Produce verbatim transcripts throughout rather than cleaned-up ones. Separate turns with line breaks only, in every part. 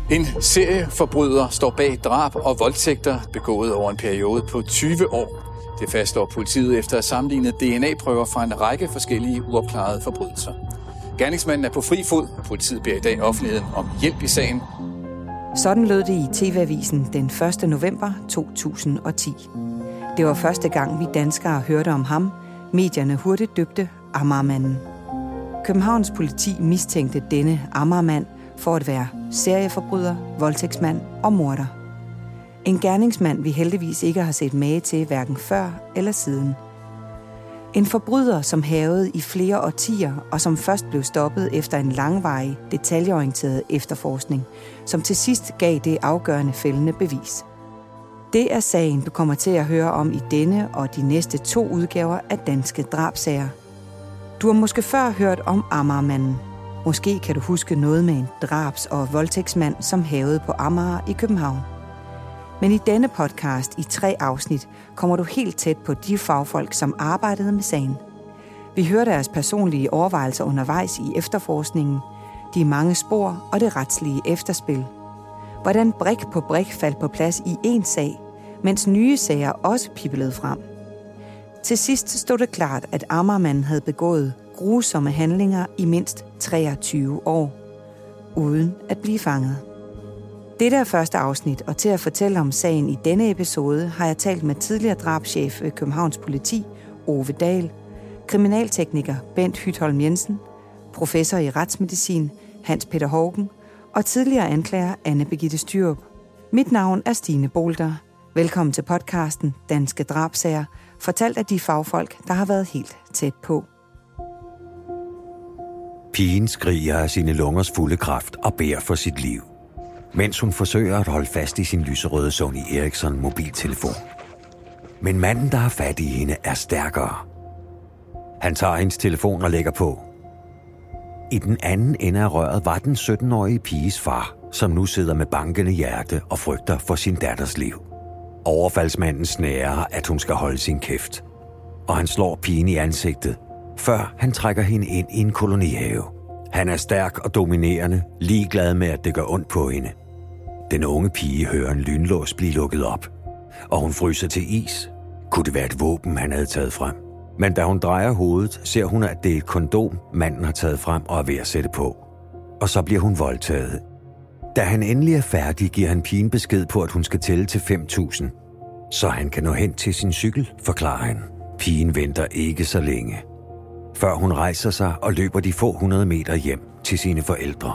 En serieforbryder står bag drab og voldtægter begået over en periode på tyve år. Det fastslår politiet efter at sammenligne D N A-prøver fra en række forskellige uopklarede forbrydelser. Gerningsmanden er på fri fod. Politiet beder i dag offentligheden om hjælp i sagen.
Sådan lød det i T V-avisen den første november to tusind og ti. Det var første gang, vi danskere hørte om ham. Medierne hurtigt døbte Amagermanden. Københavns politi mistænkte denne Amagermand for at være serieforbryder, voldtægtsmand og morder. En gerningsmand, vi heldigvis ikke har set mage til hverken før eller siden. En forbryder, som hærgede i flere årtier, og som først blev stoppet efter en langvarig, detaljeorienteret efterforskning, som til sidst gav det afgørende fældende bevis. Det er sagen, du kommer til at høre om i denne og de næste to udgaver af Danske Drabsager. Du har måske før hørt om Amagermanden. Måske kan du huske noget med en drabs- og voldtægtsmand, som hærgede på Amager i København. Men i denne podcast i tre afsnit kommer du helt tæt på de fagfolk, som arbejdede med sagen. Vi hører deres personlige overvejelser undervejs i efterforskningen, de mange spor og det retslige efterspil. Hvordan brik på brik faldt på plads i én sag, mens nye sager også piblede frem. Til sidst stod det klart, at Amagermanden havde begået grusomme handlinger i mindst treogtyve år, uden at blive fanget. Dette er første afsnit, og til at fortælle om sagen i denne episode har jeg talt med tidligere drabschef ved Københavns Politi, Ove Dahl, kriminaltekniker Bent Hytholm Jensen, professor i retsmedicin Hans Peter Haugen og tidligere anklager Anne Birgitte Styrup. Mit navn er Stine Bolter. Velkommen til podcasten Danske Drabsager, fortalt af de fagfolk, der har været helt tæt på.
Pigen skriger af sine lungers fulde kraft og beder for sit liv, mens hun forsøger at holde fast i sin lyserøde Sony Ericsson mobiltelefon. Men manden, der har fat i hende, er stærkere. Han tager hendes telefon og lægger på. I den anden ende af røret var den sytten-årige piges far, som nu sidder med bankende hjerte og frygter for sin datters liv. Overfaldsmanden snærer, at hun skal holde sin kæft, og han slår pigen i ansigtet, før han trækker hende ind i en kolonihave. Han er stærk og dominerende, ligeglad med, at det gør ondt på hende. Den unge pige hører en lynlås blive lukket op, og hun fryser til is. Kunne det være et våben, han havde taget frem? Men da hun drejer hovedet, ser hun, at det er et kondom, manden har taget frem og er ved at sætte på. Og så bliver hun voldtaget. Da han endelig er færdig, giver han pigen besked på, at hun skal tælle til fem tusind. Så han kan nå hen til sin cykel, forklarer han. Pigen venter ikke så længe, før hun rejser sig og løber de få hundrede meter hjem til sine forældre.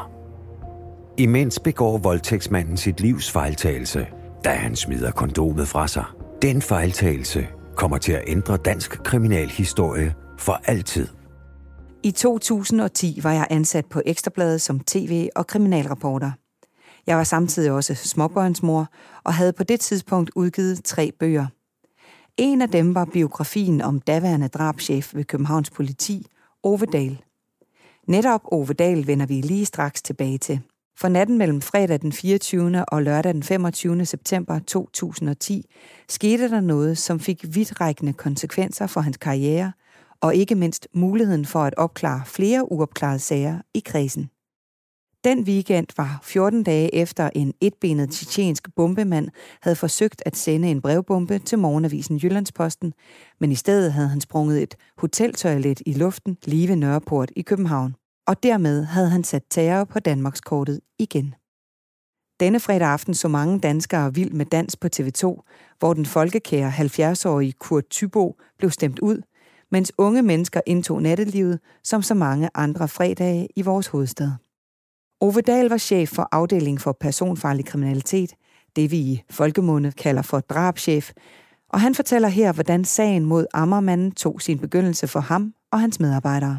Imens begår voldtægtsmanden sit livs fejltagelse, da han smider kondomet fra sig. Den fejltagelse kommer til at ændre dansk kriminalhistorie for altid.
I to tusind og ti var jeg ansat på Ekstra Bladet som tv- og kriminalreporter. Jeg var samtidig også småbørnsmor og havde på det tidspunkt udgivet tre bøger. En af dem var biografien om daværende drabschef ved Københavns Politi, Ove Dahl. Netop Ove Dahl vender vi lige straks tilbage til. For natten mellem fredag den fireogtyvende og lørdag den femogtyvende september to tusind og ti skete der noget, som fik vidtrækkende konsekvenser for hans karriere, og ikke mindst muligheden for at opklare flere uopklarede sager i kredsen. Den weekend var fjorten dage efter en etbenet tjetjensk bombemand havde forsøgt at sende en brevbombe til morgenavisen Jyllandsposten, men i stedet havde han sprunget et hoteltoilet i luften lige ved Nørreport i København. Og dermed havde han sat terror på Danmarkskortet igen. Denne fredag aften så mange danskere vild med dans på T V to, hvor den folkekære halvfjerds-årige Kurt Thyboe blev stemt ud, mens unge mennesker indtog nattelivet som så mange andre fredage i vores hovedstad. Ove Dahl var chef for afdelingen for personfarlig kriminalitet, det vi i folkemunde kalder for drabschef, og han fortæller her, hvordan sagen mod Amagermanden tog sin begyndelse for ham og hans medarbejdere.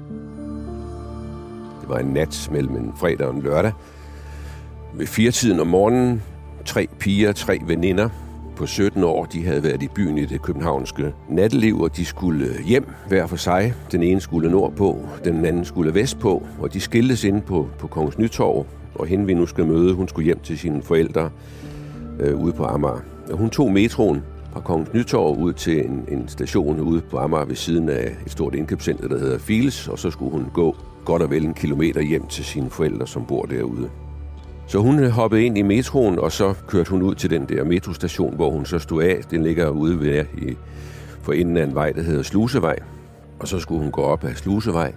Det var en nat mellem en fredag og en lørdag. Ved firetiden om morgenen, tre piger, tre veninder på sytten år, de havde været i byen i det københavnske natteliv, og de skulle hjem hver for sig. Den ene skulle nordpå, den anden skulle vestpå, og de skiltes inde på, på Kongens Nytorv, og hende vi nu skal møde, hun skulle hjem til sine forældre øh, ude på Amager. Og hun tog metroen fra Kongens Nytorv ud til en, en station ude på Amager ved siden af et stort indkøbscenter, der hedder Fields, og så skulle hun gå godt og vel en kilometer hjem til sine forældre, som bor derude. Så hun hoppede ind i metroen, og så kørte hun ud til den der metrostation, hvor hun så stod af. Den ligger ude ved i, for enden af en vej, der hedder Slusevej. Og så skulle hun gå op ad Slusevej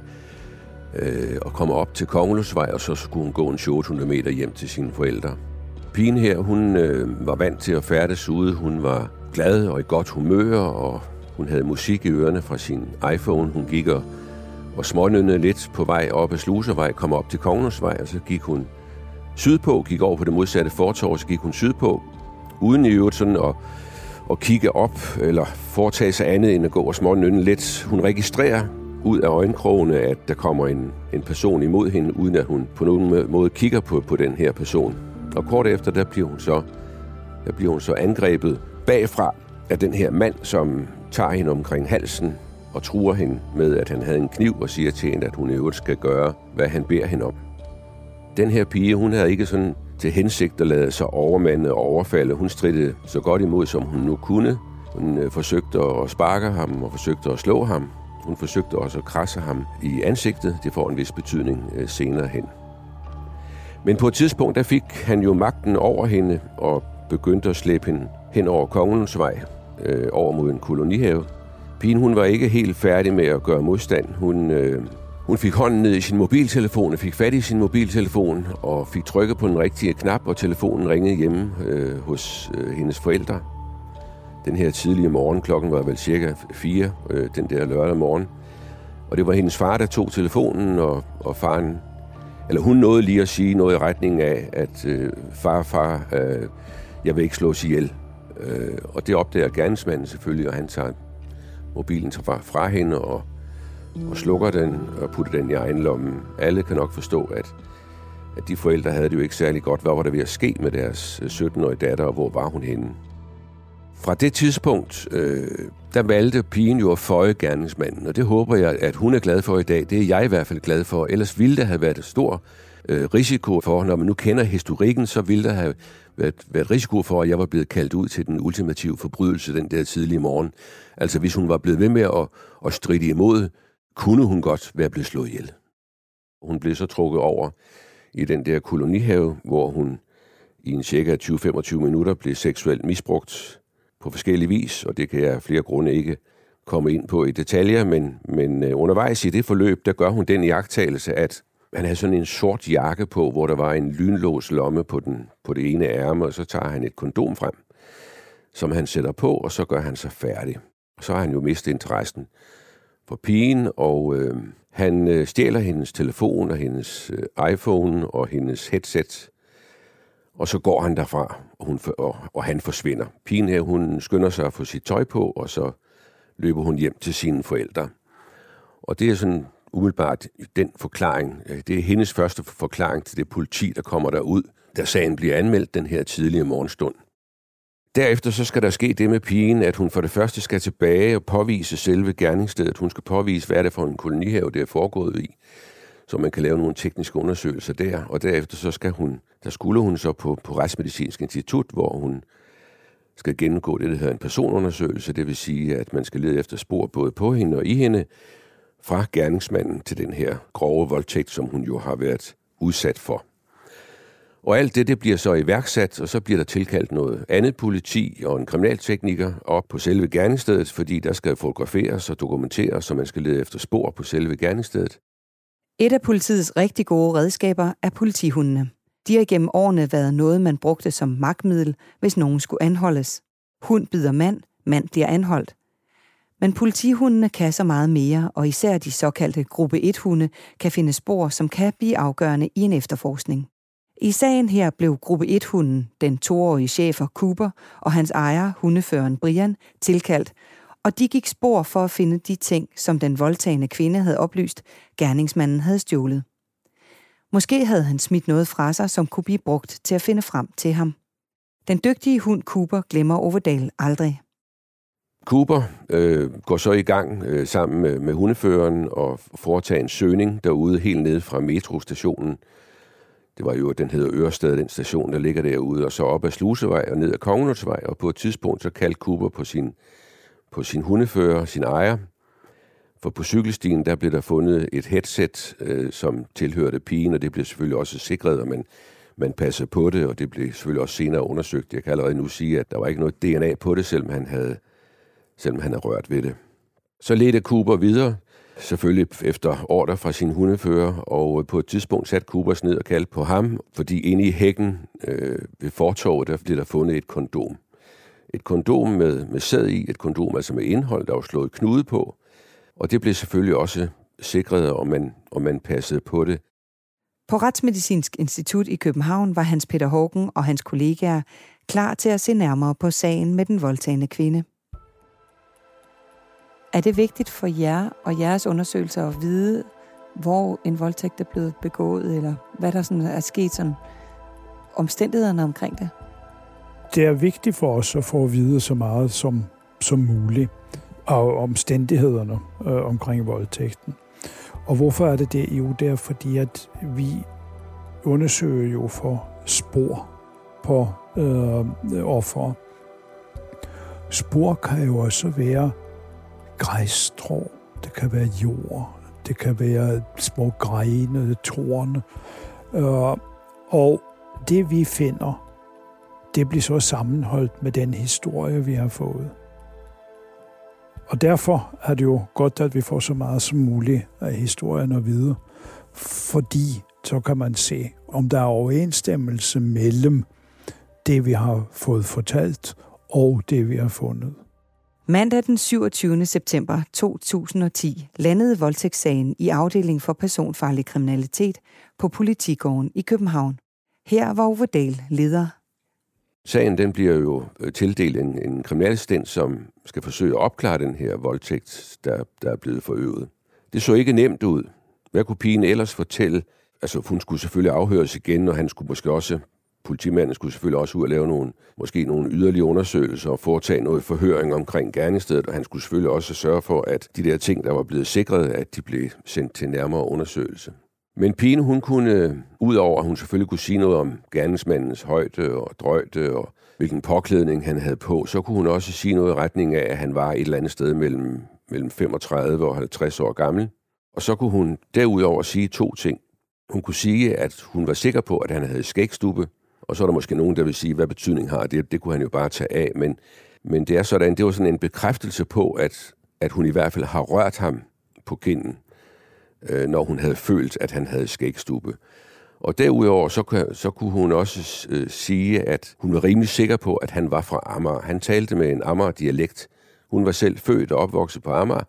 øh, og komme op til Kongelusvej, og så skulle hun gå en otte hundrede meter hjem til sine forældre. Pigen her, hun øh, var vant til at færdes ude. Hun var glad og i godt humør, og hun havde musik i ørerne fra sin iPhone. Hun gik og, og smånynnede lidt på vej op ad Slusevej, kom op til Kongelusvej, og så gik hun sydpå, gik over på det modsatte fortorv, så gik hun sydpå, uden i øvrigt sådan at, at kigge op, eller foretage sig andet end at gå og smånynne lidt. Hun registrerer ud af øjenkrogene, at der kommer en, en person imod hende, uden at hun på nogen måde kigger på, på den her person. Og kort efter, der bliver hun så, der bliver hun så angrebet bagfra af den her mand, som tager hende omkring halsen og truer hende med, at han havde en kniv, og siger til hende, at hun i øvrigt skal gøre, hvad han beder hende om. Den her pige, hun havde ikke sådan til hensigt at lade sig overmande og overfalde. Hun strittede så godt imod, som hun nu kunne. Hun øh, forsøgte at sparke ham og forsøgte at slå ham. Hun forsøgte også at krasse ham i ansigtet. Det får en vis betydning øh, senere hen. Men på et tidspunkt, der fik han jo magten over hende og begyndte at slæbe hende hen over Kongelusvej, øh, over mod en kolonihave. Pigen, hun var ikke helt færdig med at gøre modstand. Hun... Øh, Hun fik hånden ned i sin mobiltelefon, fik fat i sin mobiltelefon og fik trykket på den rigtige knap, og telefonen ringede hjemme øh, hos øh, hendes forældre. Den her tidlige morgen, klokken var vel cirka fire, øh, den der lørdag morgen. Og det var hendes far, der tog telefonen, og, og faren, eller hun nåede lige at sige noget i retning af, at øh, far, far, øh, jeg vil ikke slås ihjel. Øh, og det opdager gerningsmanden selvfølgelig, og han tager mobilen fra, fra hende og og slukker den og putter den i egen lomme. Alle kan nok forstå, at, at de forældre havde det jo ikke særlig godt. Hvad var der ved at ske med deres sytten-årige datter, og hvor var hun henne? Fra det tidspunkt, øh, der valgte pigen jo at føje gerningsmanden, og det håber jeg, at hun er glad for i dag. Det er jeg i hvert fald glad for. Ellers ville der have været stor øh, risiko for, når man nu kender historikken, så ville der have været, været risiko for, at jeg var blevet kaldt ud til den ultimative forbrydelse den der tidlige morgen. Altså hvis hun var blevet ved med at, at stride imod, kunne hun godt være blevet slået ihjel. Hun blev så trukket over i den der kolonihave, hvor hun i en cirka tyve til femogtyve minutter blev seksuelt misbrugt på forskellige vis, og det kan jeg af flere grunde ikke komme ind på i detaljer, men, men undervejs i det forløb, der gør hun den iagttagelse, at han havde sådan en sort jakke på, hvor der var en lynlås lomme på, den, på det ene ærme, og så tager han et kondom frem, som han sætter på, og så gør han sig færdig. Og så har han jo mistet interessen for pigen, og øh, han øh, stjæler hendes telefon og hendes øh, iPhone og hendes headset, og så går han derfra, og, hun, og, og han forsvinder. Pigen her, hun skynder sig at få sit tøj på, og så løber hun hjem til sine forældre. Og det er sådan umiddelbart den forklaring, det er hendes første forklaring til det politi, der kommer derud, da sagen bliver anmeldt den her tidlige morgenstund. Derefter så skal der ske det med pigen, at hun for det første skal tilbage og påvise selve gerningsstedet. Hun skal påvise, hvad er det for en kolonihave, det er foregået i, så man kan lave nogle tekniske undersøgelser der. Og derefter så skal hun, der skulle hun så på, på Retsmedicinsk Institut, hvor hun skal gennemgå det, der hedder en personundersøgelse. Det vil sige, at man skal lede efter spor både på hende og i hende, fra gerningsmanden til den her grove voldtægt, som hun jo har været udsat for. Og alt det, det bliver så iværksat, og så bliver der tilkaldt noget andet politi og en kriminaltekniker op på selve gerningsstedet, fordi der skal fotograferes og dokumenteres, så man skal lede efter spor på selve gerningsstedet.
Et af politiets rigtig gode redskaber er politihundene. De har gennem årene været noget, man brugte som magtmiddel, hvis nogen skulle anholdes. Hund bider mand, mand bliver anholdt. Men politihundene kan så meget mere, og især de såkaldte gruppe et-hunde kan finde spor, som kan blive afgørende i en efterforskning. I sagen her blev gruppe et-hunden, den toårige schæfer Cooper og hans ejer, hundeføreren Brian, tilkaldt, og de gik spor for at finde de ting, som den voldtagende kvinde havde oplyst, gerningsmanden havde stjålet. Måske havde han smidt noget fra sig, som kunne blive brugt til at finde frem til ham. Den dygtige hund Cooper glemmer Overdale aldrig.
Cooper øh, går så i gang øh, sammen med, med hundeføreren og foretager en søgning derude helt nede fra metrostationen. Det var jo, den hedder Ørsted, den station, der ligger derude, og så op ad Slusevej og ned ad Kongelusvej, og på et tidspunkt så kaldte Cooper på sin, på sin hundefører, sin ejer. For på cykelstien, der blev der fundet et headset, øh, som tilhørte pigen, og det blev selvfølgelig også sikret, og man, man passede på det, og det blev selvfølgelig også senere undersøgt. Jeg kan allerede nu sige, at der var ikke noget D N A på det, selvom han havde, selvom han havde rørt ved det. Så ledte Cooper videre, selvfølgelig efter ordre fra sin hundefører, og på et tidspunkt satte Cooper sig ned og kaldte på ham, fordi inde i hækken øh, ved fortovet, der blev der fundet et kondom. Et kondom med, med sæd i, et kondom altså med indhold, der var slået knude på, og det blev selvfølgelig også sikret, om man, om man passede på det.
På Retsmedicinsk Institut i København var Hans Peter Haugen og hans kollegaer klar til at se nærmere på sagen med den voldtagende kvinde. Er det vigtigt for jer og jeres undersøgelser at vide, hvor en voldtægt er blevet begået, eller hvad der sådan er sket, sådan omstændighederne omkring det?
Det er vigtigt for os at få at vide så meget som, som muligt af omstændighederne øh, omkring voldtægten. Og hvorfor er det det? Jo, det er fordi, at vi undersøger jo for spor på øh, offer. Spor kan jo også være græsstrå, det kan være jord, det kan være små grene, torne. Øh, og det vi finder, det bliver så sammenholdt med den historie, vi har fået. Og derfor er det jo godt, at vi får så meget som muligt af historien at vide, fordi så kan man se, om der er overensstemmelse mellem det, vi har fået fortalt, og det, vi har fundet.
Mandag den syvogtyvende september to tusind og ti landede voldtægtssagen i afdeling for personfarlig kriminalitet på Politigården i København. Her var Ove Dahl leder.
Sagen den bliver jo tildelt en, en kriminalassistent, som skal forsøge at opklare den her voldtægt, der, der er blevet forøvet. Det så ikke nemt ud. Hvad kunne pigen ellers fortælle? Altså, hun skulle selvfølgelig afhøres igen, og han skulle måske også, politimanden skulle selvfølgelig også ud og lave nogle, måske nogle yderligere undersøgelser og foretage noget forhøring omkring gerningsstedet, og han skulle selvfølgelig også sørge for, at de der ting, der var blevet sikret, at de blev sendt til nærmere undersøgelse. Men pigen, hun kunne, udover at hun selvfølgelig kunne sige noget om gerningsmandens højde og drøjde og hvilken påklædning han havde på, så kunne hun også sige noget i retning af, at han var et eller andet sted mellem, mellem femogtredive og halvtreds år gammel. Og så kunne hun derudover sige to ting. Hun kunne sige, at hun var sikker på, at han havde skægstubbe, og så er der måske nogen, der vil sige, hvad betydning har det. Det kunne han jo bare tage af, men, men det er sådan, det var sådan en bekræftelse på, at, at hun i hvert fald har rørt ham på kinden, når hun havde følt, at han havde skægstubbe. Og derudover, så, så kunne hun også øh, sige, at hun var rimelig sikker på, at han var fra Amager. Han talte med en Amager-dialekt. Hun var selv født og opvokset på Amager,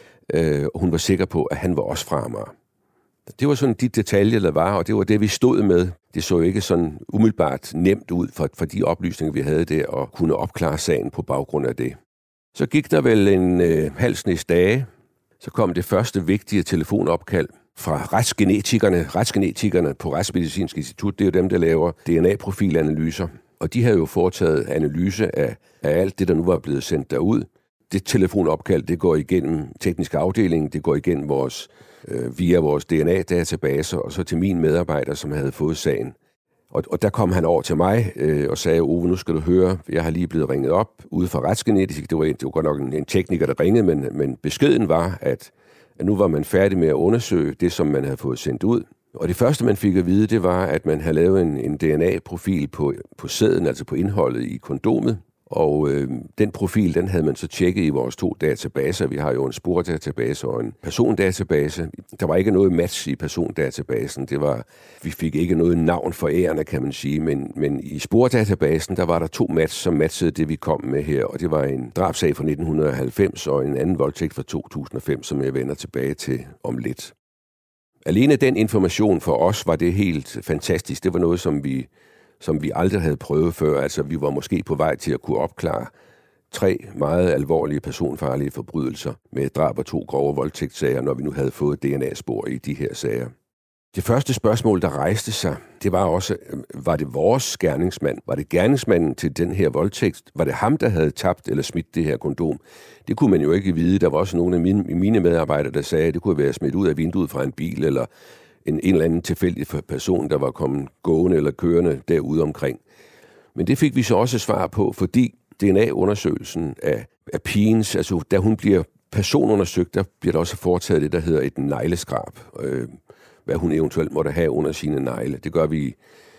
øh, og hun var sikker på, at han var også fra Amager. Det var sådan de detaljer, der var, og det var det, vi stod med. Det så jo ikke sådan umiddelbart nemt ud for, for de oplysninger, vi havde der, og kunne opklare sagen på baggrund af det. Så gik der vel en øh, halv snes dage, så kom det første vigtige telefonopkald fra retsgenetikerne. Retsgenetikerne på Retsmedicinsk Institut, det er jo dem, der laver D N A-profilanalyser. Og de havde jo foretaget analyse af, af alt det, der nu var blevet sendt derud. Det telefonopkald, det går igennem teknisk afdeling, det går igennem vores, øh, via vores D N A-databaser, og så til min medarbejder, som havde fået sagen. Og, og der kom han over til mig øh, og sagde, Ove, nu skal du høre, jeg har lige blevet ringet op ude fra Retsgenetisk. Det var, det var godt nok en, en tekniker, der ringede, men, men beskeden var, at, at nu var man færdig med at undersøge det, som man havde fået sendt ud. Og det første, man fik at vide, det var, at man havde lavet en, en D N A-profil på, på sæden, altså på indholdet i kondomet. Og øh, den profil, den havde man så tjekket i vores to databaser. Vi har jo en spordatabase og en persondatabase. Der var ikke noget match i persondatabasen. Det var, vi fik ikke noget navn for ærende, kan man sige. Men, men i spordatabasen, der var der to match, som matchede det, vi kom med her. Og det var en drabsag fra nitten halvfems og en anden voldtægt fra to tusind og fem, som jeg vender tilbage til om lidt. Alene den information for os var det helt fantastisk. Det var noget, som vi... som vi aldrig havde prøvet før. Altså, vi var måske på vej til at kunne opklare tre meget alvorlige personfarlige forbrydelser med drab og to grove voldtægtssager, når vi nu havde fået D N A-spor i de her sager. Det første spørgsmål, der rejste sig, det var også, var det vores gerningsmand? Var det gerningsmanden til den her voldtægt? Var det ham, der havde tabt eller smidt det her kondom? Det kunne man jo ikke vide. Der var også nogle af mine, mine medarbejdere, der sagde, at det kunne være smidt ud af vinduet fra en bil, eller en, en eller anden tilfældig person, der var kommet gående eller kørende derude omkring. Men det fik vi så også svar på, fordi D N A-undersøgelsen af, af pigens, altså da hun bliver personundersøgt, der bliver der også foretaget det, der hedder et negleskrab. Øh, hvad hun eventuelt måtte have under sine negle. Det gør vi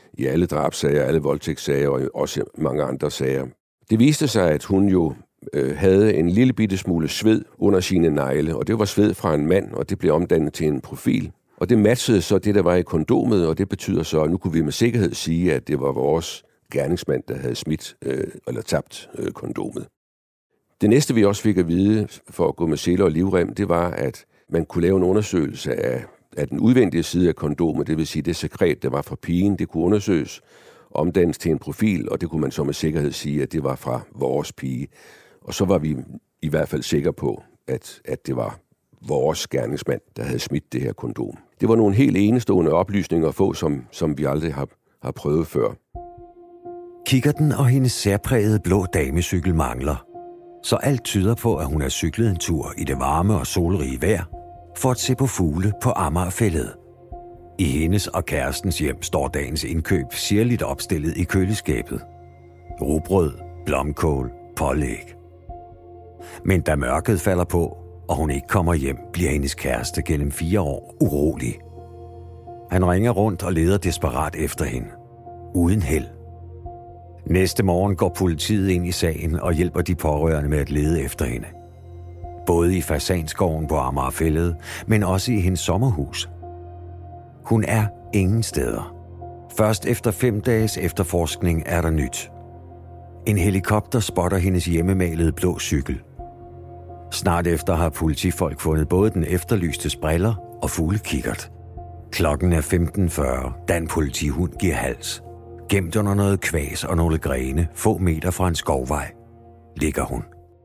i alle drabsager, alle voldtægtssager og også mange andre sager. Det viste sig, at hun jo øh, havde en lille bitte smule sved under sine negle, og det var sved fra en mand, og det blev omdannet til en profil. Og det matchede så det, der var i kondomet, og det betyder så, at nu kunne vi med sikkerhed sige, at det var vores gerningsmand, der havde smidt øh, eller tabt øh, kondomet. Det næste, vi også fik at vide for at gå med seler og livrem, det var, at man kunne lave en undersøgelse af, af den udvendige side af kondomet, det vil sige det sekret, der var fra pigen, det kunne undersøges, omdannes til en profil, og det kunne man så med sikkerhed sige, at det var fra vores pige. Og så var vi i hvert fald sikre på, at, at det var vores gerningsmand, der havde smidt det her kondom. Det var nogle helt enestående oplysninger at få, som, som vi aldrig har, har prøvet før.
Kikkerten og hendes særprægede blå damecykel mangler, så alt tyder på, at hun har cyklet en tur i det varme og solrige vejr for at se på fugle på Amagerfælled. I hendes og kærestens hjem står dagens indkøb sirligt opstillet i køleskabet. Rugbrød, blomkål, pålæg. Men da mørket falder på, og hun ikke kommer hjem, bliver hendes kæreste gennem fire år urolig. Han ringer rundt og leder desperat efter hende. Uden held. Næste morgen går politiet ind i sagen og hjælper de pårørende med at lede efter hende. Både i fasanskoven på Amagerfælled, men også i hendes sommerhus. Hun er ingen steder. Først efter fem dages efterforskning er der nyt. En helikopter spotter hendes hjemmemalede blå cykel. Snart efter har politifolk fundet både den efterlystes briller og fuglekikkert. Klokken er femten fyrre, da en politihund giver hals. Gemt under noget kvas og nogle grene, få meter fra en skovvej, ligger hun.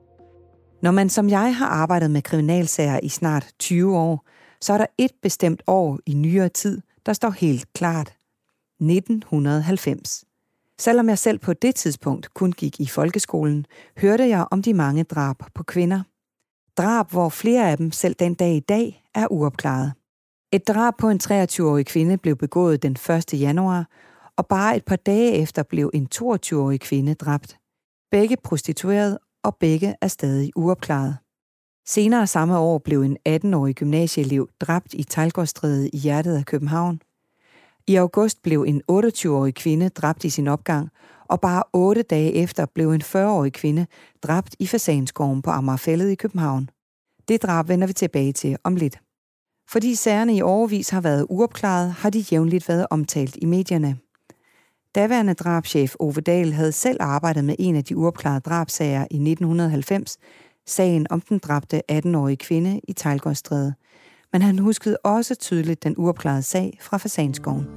Når man som jeg har arbejdet med kriminalsager i snart tyve år, så er der et bestemt år i nyere tid, der står helt klart. nitten halvfems. Selvom jeg selv på det tidspunkt kun gik i folkeskolen, hørte jeg om de mange drab på kvinder. Drab, hvor flere af dem selv den dag i dag er uopklaret. Et drab på en treogtyve-årig kvinde blev begået den første januar, og bare et par dage efter blev en toogtyve-årig kvinde dræbt. Begge prostitueret, og begge er stadig uopklaret. Senere samme år blev en atten-årig gymnasieelev dræbt i Teglgårdstræde i hjertet af København. I august blev en otteogtyve-årig kvinde dræbt i sin opgang, og bare otte dage efter blev en fyrre-årig kvinde dræbt i Fasanskoven på Amagerfælled i København. Det drab vender vi tilbage til om lidt. Fordi sagerne i årevis har været uopklaret, har de jævnligt været omtalt i medierne. Daværende drabschef Ove Dahl havde selv arbejdet med en af de uopklarede drabsager i nitten halvfems, sagen om den dræbte atten-årige kvinde i Teglgårdstræde. Men han huskede også tydeligt den uopklarede sag fra Fasanskoven.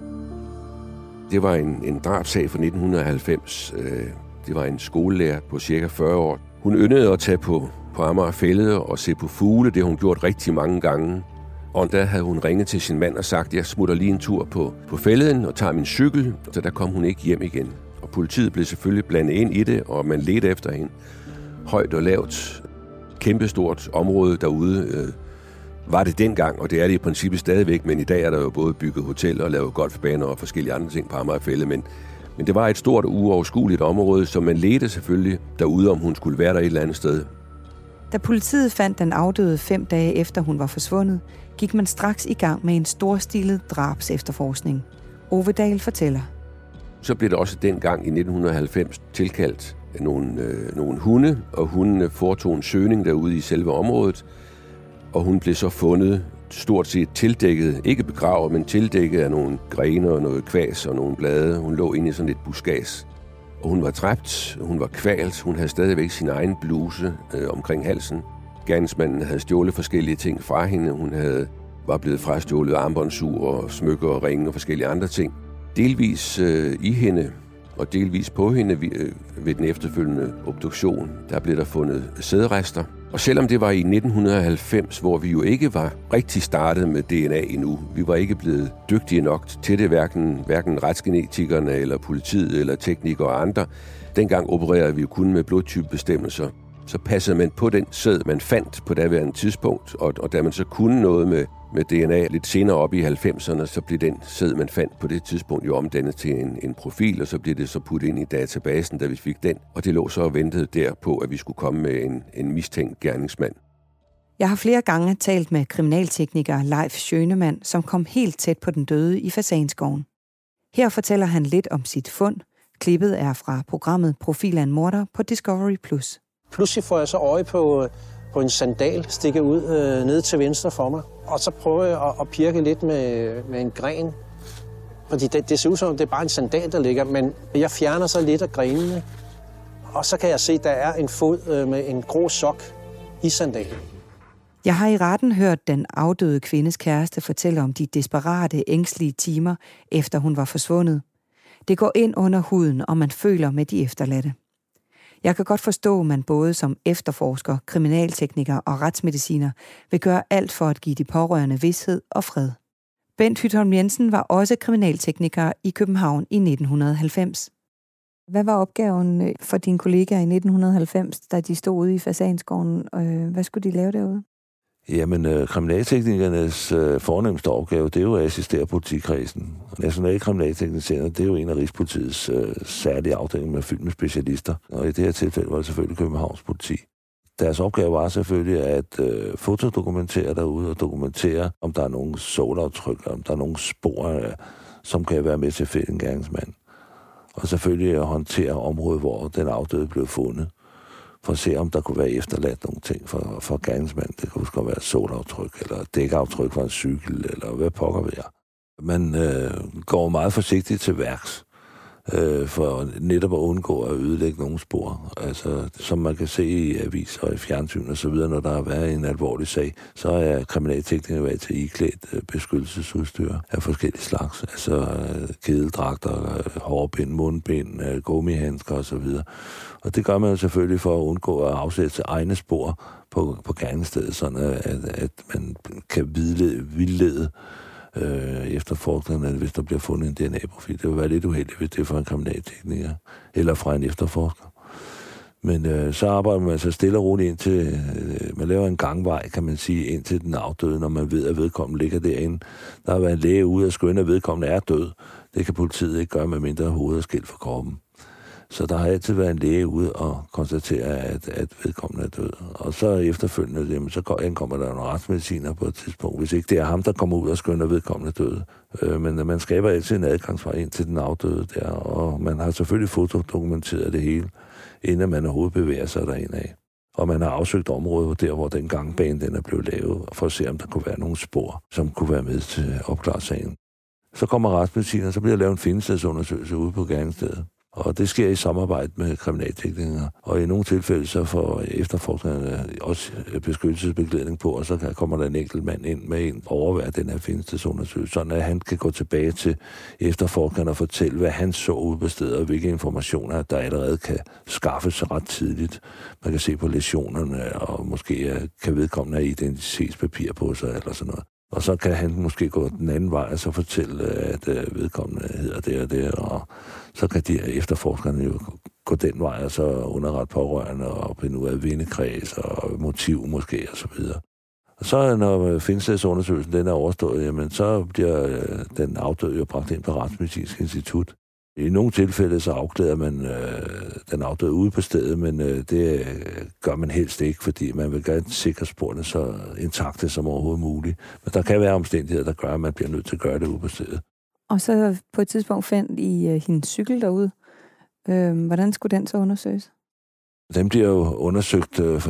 Det var en, en drabsag fra nitten halvfems. Det var en skolelærer på cirka fyrre år. Hun yndede at tage på, på Amagerfælled og se på fugle. Det har hun gjort rigtig mange gange. Og der havde hun ringet til sin mand og sagt, jeg smutter lige en tur på, på fælleden og tager min cykel. Så der kom hun ikke hjem igen. Og politiet blev selvfølgelig blandet ind i det, og man ledte efter hende. Højt og lavt, kæmpestort område derude øh, var det dengang, og det er det i princippet stadigvæk, men i dag er der jo både bygget hoteller og lavet golfbaner og forskellige andre ting på Amagerfælled, men, men det var et stort og uoverskueligt område, så man ledte selvfølgelig derude, om hun skulle være der et eller andet sted.
Da politiet fandt den afdøde fem dage efter hun var forsvundet, gik man straks i gang med en storstilet drabsefterforskning. Ove Dahl fortæller.
Så blev det også dengang i nitten halvfems tilkaldt nogle, øh, nogle hunde, og hundene foretog en søgning derude i selve området, og hun blev så fundet stort set tildækket, ikke begravet, men tildækket af nogle grene og noget kvas og nogle blade. Hun lå inde i sådan et buskads. Og hun var dræbt, hun var kvalt, hun havde stadigvæk sin egen bluse øh, omkring halsen. Gerningsmanden havde stjålet forskellige ting fra hende. Hun havde, var blevet frastjålet armbåndsur og smykker og ringe og forskellige andre ting. Delvis øh, i hende og delvis på hende øh, ved den efterfølgende obduktion, der blev der fundet sæderester. Og selvom det var i nitten halvfems, hvor vi jo ikke var rigtig startet med D N A endnu, vi var ikke blevet dygtige nok til det, hverken, hverken retsgenetikerne eller politiet eller teknikere og andre. Dengang opererede vi jo kun med blodtypebestemmelser. Så passede man på den sæd, man fandt på daværende tidspunkt, og, og da man så kunne noget med, med D N A lidt senere op i halvfemserne, så blev den sæd, man fandt på det tidspunkt, jo omdannet til en, en profil, og så blev det så puttet ind i databasen, da vi fik den. Og det lå så og ventede der på, at vi skulle komme med en, en mistænkt gerningsmand.
Jeg har flere gange talt med kriminaltekniker Leif Schønemann, som kom helt tæt på den døde i Fasanskoven. Her fortæller han lidt om sit fund. Klippet er fra programmet Profil af en morder på Discovery plus.
Pludselig får jeg så øje på, på en sandal stikke ud øh, ned til venstre for mig. Og så prøver jeg at, at pirke lidt med, med en gren. Fordi det, det ser ud som, det er bare en sandal, der ligger. Men jeg fjerner så lidt af grenene. Og så kan jeg se, at der er en fod øh, med en grå sok i sandalen.
Jeg har i retten hørt den afdøde kvindes kæreste fortælle om de desperate, ængstlige timer, efter hun var forsvundet. Det går ind under huden, og man føler med de efterladte. Jeg kan godt forstå, at man både som efterforsker, kriminaltekniker og retsmediciner vil gøre alt for at give de pårørende vished og fred. Bent Hytholm Jensen var også kriminaltekniker i København i nitten halvfems. Hvad var opgaven for dine kollegaer i nitten halvfems, da de stod ude i Fasanskoven? Hvad skulle de lave derude?
Jamen, øh, kriminalteknikernes øh, fornemmeste opgave, det er jo at assistere politikredsen. National Kriminalteknikercenter, det er jo en af Rigspolitiets øh, særlige afdelinger med fyldt med specialister. Og i det her tilfælde var det selvfølgelig Københavns politi. Deres opgave var selvfølgelig at øh, fotodokumentere derude og dokumentere, om der er nogle sålaftryk, om der er nogle spor, øh, som kan være med til at finde en gerningsmand. Og selvfølgelig at håndtere området, hvor den afdøde blev fundet, for at se, om der kunne være efterladt nogle ting for, for gerningsmanden. Det kunne også være sålaftryk, eller dækaftryk fra en cykel, eller hvad pokker ved jeg. Man øh, går meget forsigtigt til værks, øh, for netop at undgå at ødelægge nogle spor. Altså, som man kan se i aviser og i fjernsyn og så videre, når der har været en alvorlig sag, så er kriminalteknikere været til iklædt øh, beskyttelsesudstyr af forskellige slags. Altså øh, kedeldragter, øh, hårbind, mundbind, øh, gummihandsker og så videre. Og det gør man selvfølgelig for at undgå at afsætte egne spor på, på gerningsstedet, sådan at, at man kan vildlede, vildlede øh, efterforskerne, hvis der bliver fundet en D N A-profil. Det vil være lidt uheldigt, hvis det er fra en kriminaltekniker eller fra en efterforsker. Men øh, så arbejder man så stille og roligt ind til, øh, man laver en gangvej, kan man sige, ind til den afdøde, når man ved, at vedkommende ligger derinde. Der har været en læge ude og skønne, at vedkommende er død. Det kan politiet ikke gøre, med mindre hovedet er skilt fra kroppen. Så der har altid været en læge ude og konstatere, at, at vedkommende er død. Og så efterfølgende, jamen, så ankommer der nogle retsmediciner på et tidspunkt, hvis ikke det er ham, der kommer ud og skønner, at vedkommende er død. Øh, men man skaber altid en adgangsvej ind til den afdøde der, og man har selvfølgelig fotodokumenteret det hele, inden man overhovedet bevæger sig derindad. Og man har afsøgt området der, hvor den gangbane den er blevet lavet, for at se, om der kunne være nogle spor, som kunne være med til at opklare sagen. Så kommer retsmediciner, så bliver der lavet en findestedsundersøgelse ude på gerningsstedet. Og det sker i samarbejde med kriminalteknikere. Og i nogle tilfælde så får efterforskerne også beskyttelsesbeklædning på, og så kommer der en enkelt mand ind med en overvære den her findestedsundersøgelse, sådan at han kan gå tilbage til efterforskerne og fortælle, hvad han så ude på stedet, og hvilke informationer, der allerede kan skaffes ret tidligt. Man kan se på læsionerne, og måske kan vedkommende have identitetspapir på sig, eller sådan noget. Og så kan han måske gå den anden vej og så fortælle, at øh, vedkommende hedder det og det, og så kan de efterforskerne jo gå den vej og så underrette pårørende og finde ud af vindekreds og motiv måske og så videre. Og så når findestedsundersøgelsen den er overstået, jamen så bliver øh, den afdøde jo bragt ind på Retsmedicinsk Institut. I nogle tilfælde så afklæder man øh, den afdøde ude på stedet, men øh, det gør man helst ikke, fordi man vil gerne sikre sporene så intakte som overhovedet muligt. Men der kan være omstændigheder, der gør, at man bliver nødt til at gøre det ude på stedet.
Og så på et tidspunkt fandt I øh, hendes cykel derude. Øh, hvordan skulle den så undersøges?
Den bliver jo undersøgt øh,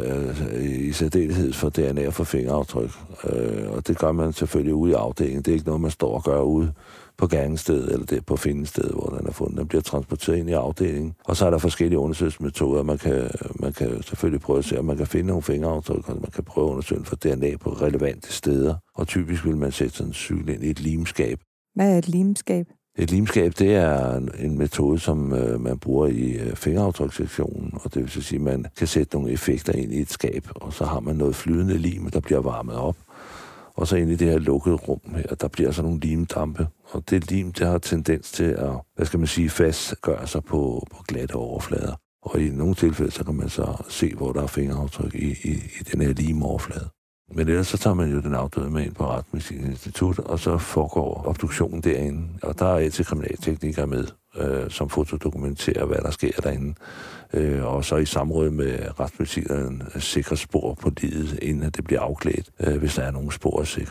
i særdeleshed for D N A og for fingeraftryk. Øh, og det gør man selvfølgelig ude i afdelingen. Det er ikke noget, man står og gør ude på gerningsstedet, eller det på findestedet, hvor den er fundet. Den bliver transporteret ind i afdelingen. Og så er der forskellige undersøgelsesmetoder. Man kan, man kan selvfølgelig prøve at se, om man kan finde nogle fingeraftryk, og man kan prøve at undersøge for D N A på relevante steder. Og typisk vil man sætte sådan en cykel ind i et limskab.
Hvad er et limskab?
Et limskab, det er en metode, som øh, man bruger i øh, fingeraftrykssektionen, og det vil så sige, at man kan sætte nogle effekter ind i et skab, og så har man noget flydende lim, der bliver varmet op. Og så ind i det her lukkede rum her, der bliver så nogle limdampe. Og det lim, det har tendens til at, hvad skal man sige, fastgøre sig på, på glatte overflader. Og i nogle tilfælde, så kan man så se, hvor der er fingeraftryk i, i, i den her limoverflade. Men ellers så tager man jo den afdøde med ind på Retsmedicinsk Institut, og så foregår obduktionen derinde. Og der er altid kriminalteknikere med, øh, som fotodokumenterer, hvad der sker derinde. Øh, og så i samråd med retsmedicineren sikre spor på livet, inden det bliver afklædt, øh, hvis der er nogle spor at sikre.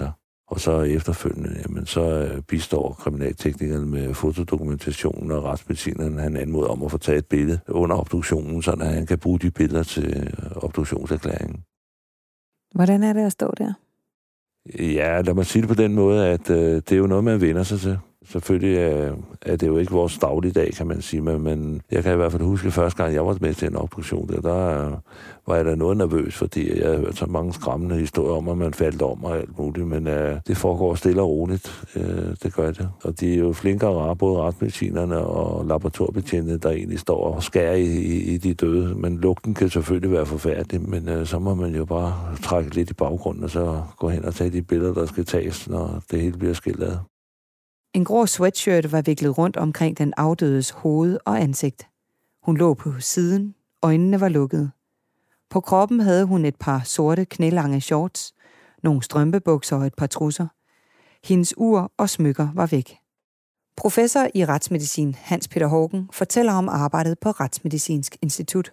Og så efterfølgende, jamen, så bistår kriminalteknikerne med fotodokumentationen, og retsmedicineren han anmoder om at få taget et billede under obduktionen, så han kan bruge de billeder til obduktionserklæringen.
Hvordan er det at stå der?
Ja, lad mig sige det på den måde, at øh, det er jo noget, man vender sig til. Selvfølgelig er, er det jo ikke vores dagligdag, kan man sige, men, men jeg kan i hvert fald huske, første gang jeg var med til en obduktion, der, der var jeg da noget nervøs, fordi jeg har hørt så mange skræmmende historier om, at man faldt om og alt muligt, men uh, det foregår stille og roligt, uh, det gør det. Og de er jo flinkere rare, både retsmedicinerne og laboratoriebetjentene, der egentlig står og skærer i, i, i de døde, men lugten kan selvfølgelig være forfærdelig, men uh, så må man jo bare trække lidt i baggrunden, og så gå hen og tage de billeder, der skal tages, når det hele bliver skilt ad.
En grå sweatshirt var viklet rundt omkring den afdødes hoved og ansigt. Hun lå på siden, øjnene var lukkede. På kroppen havde hun et par sorte, knælange shorts, nogle strømpebukser og et par trusser. Hendes ur og smykker var væk. Professor i retsmedicin Hans Peter Haugen fortæller om arbejdet på Retsmedicinsk Institut.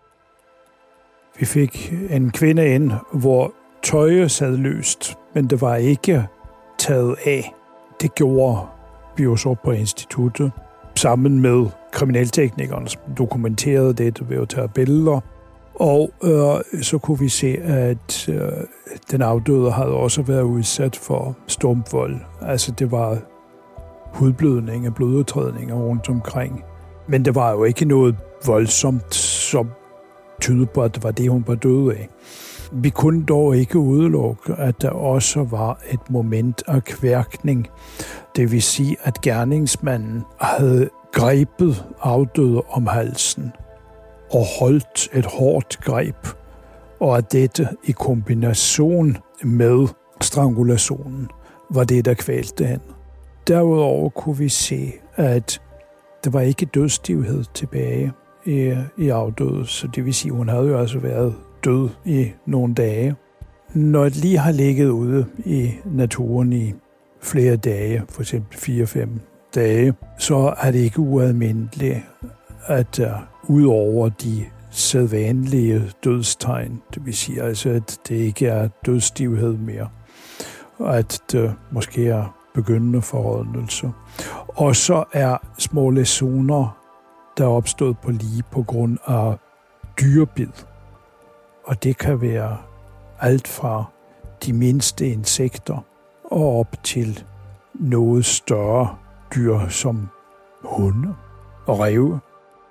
Vi fik en kvinde ind, hvor tøjet sad løst, men det var ikke taget af. Det gjorde vi jo så på instituttet, sammen med kriminalteknikerne, som dokumenterede det ved at tage billeder. Og øh, så kunne vi se, at øh, den afdøde havde også været udsat for stumpvold. Altså det var hudblødninger, blodudtrædninger rundt omkring. Men det var jo ikke noget voldsomt, som tydede på, at det var det, hun var død af. Vi kunne dog ikke udelukke, at der også var et moment af kværkning. Det vil sige, at gerningsmanden havde grebet afdøde om halsen og holdt et hårdt greb, og at dette i kombination med strangulationen var det, der kvælte hende. Derudover kunne vi se, at der var ikke dødsstivhed tilbage i, i afdøde, så det vil sige, at hun havde jo altså været død i nogle dage. Når et lig har ligget ude i naturen i flere dage, for eksempel fire fem dage, så er det ikke ualmindeligt, at der ud over de sædvanlige dødstegn, det vil sige altså, at det ikke er dødsstivhed mere, og at det måske er begyndende forrådnelse. Og så er små læsioner, der er opstået på lig på grund af dyrebid. Og det kan være alt fra de mindste insekter og op til noget større dyr som hunde og ræve.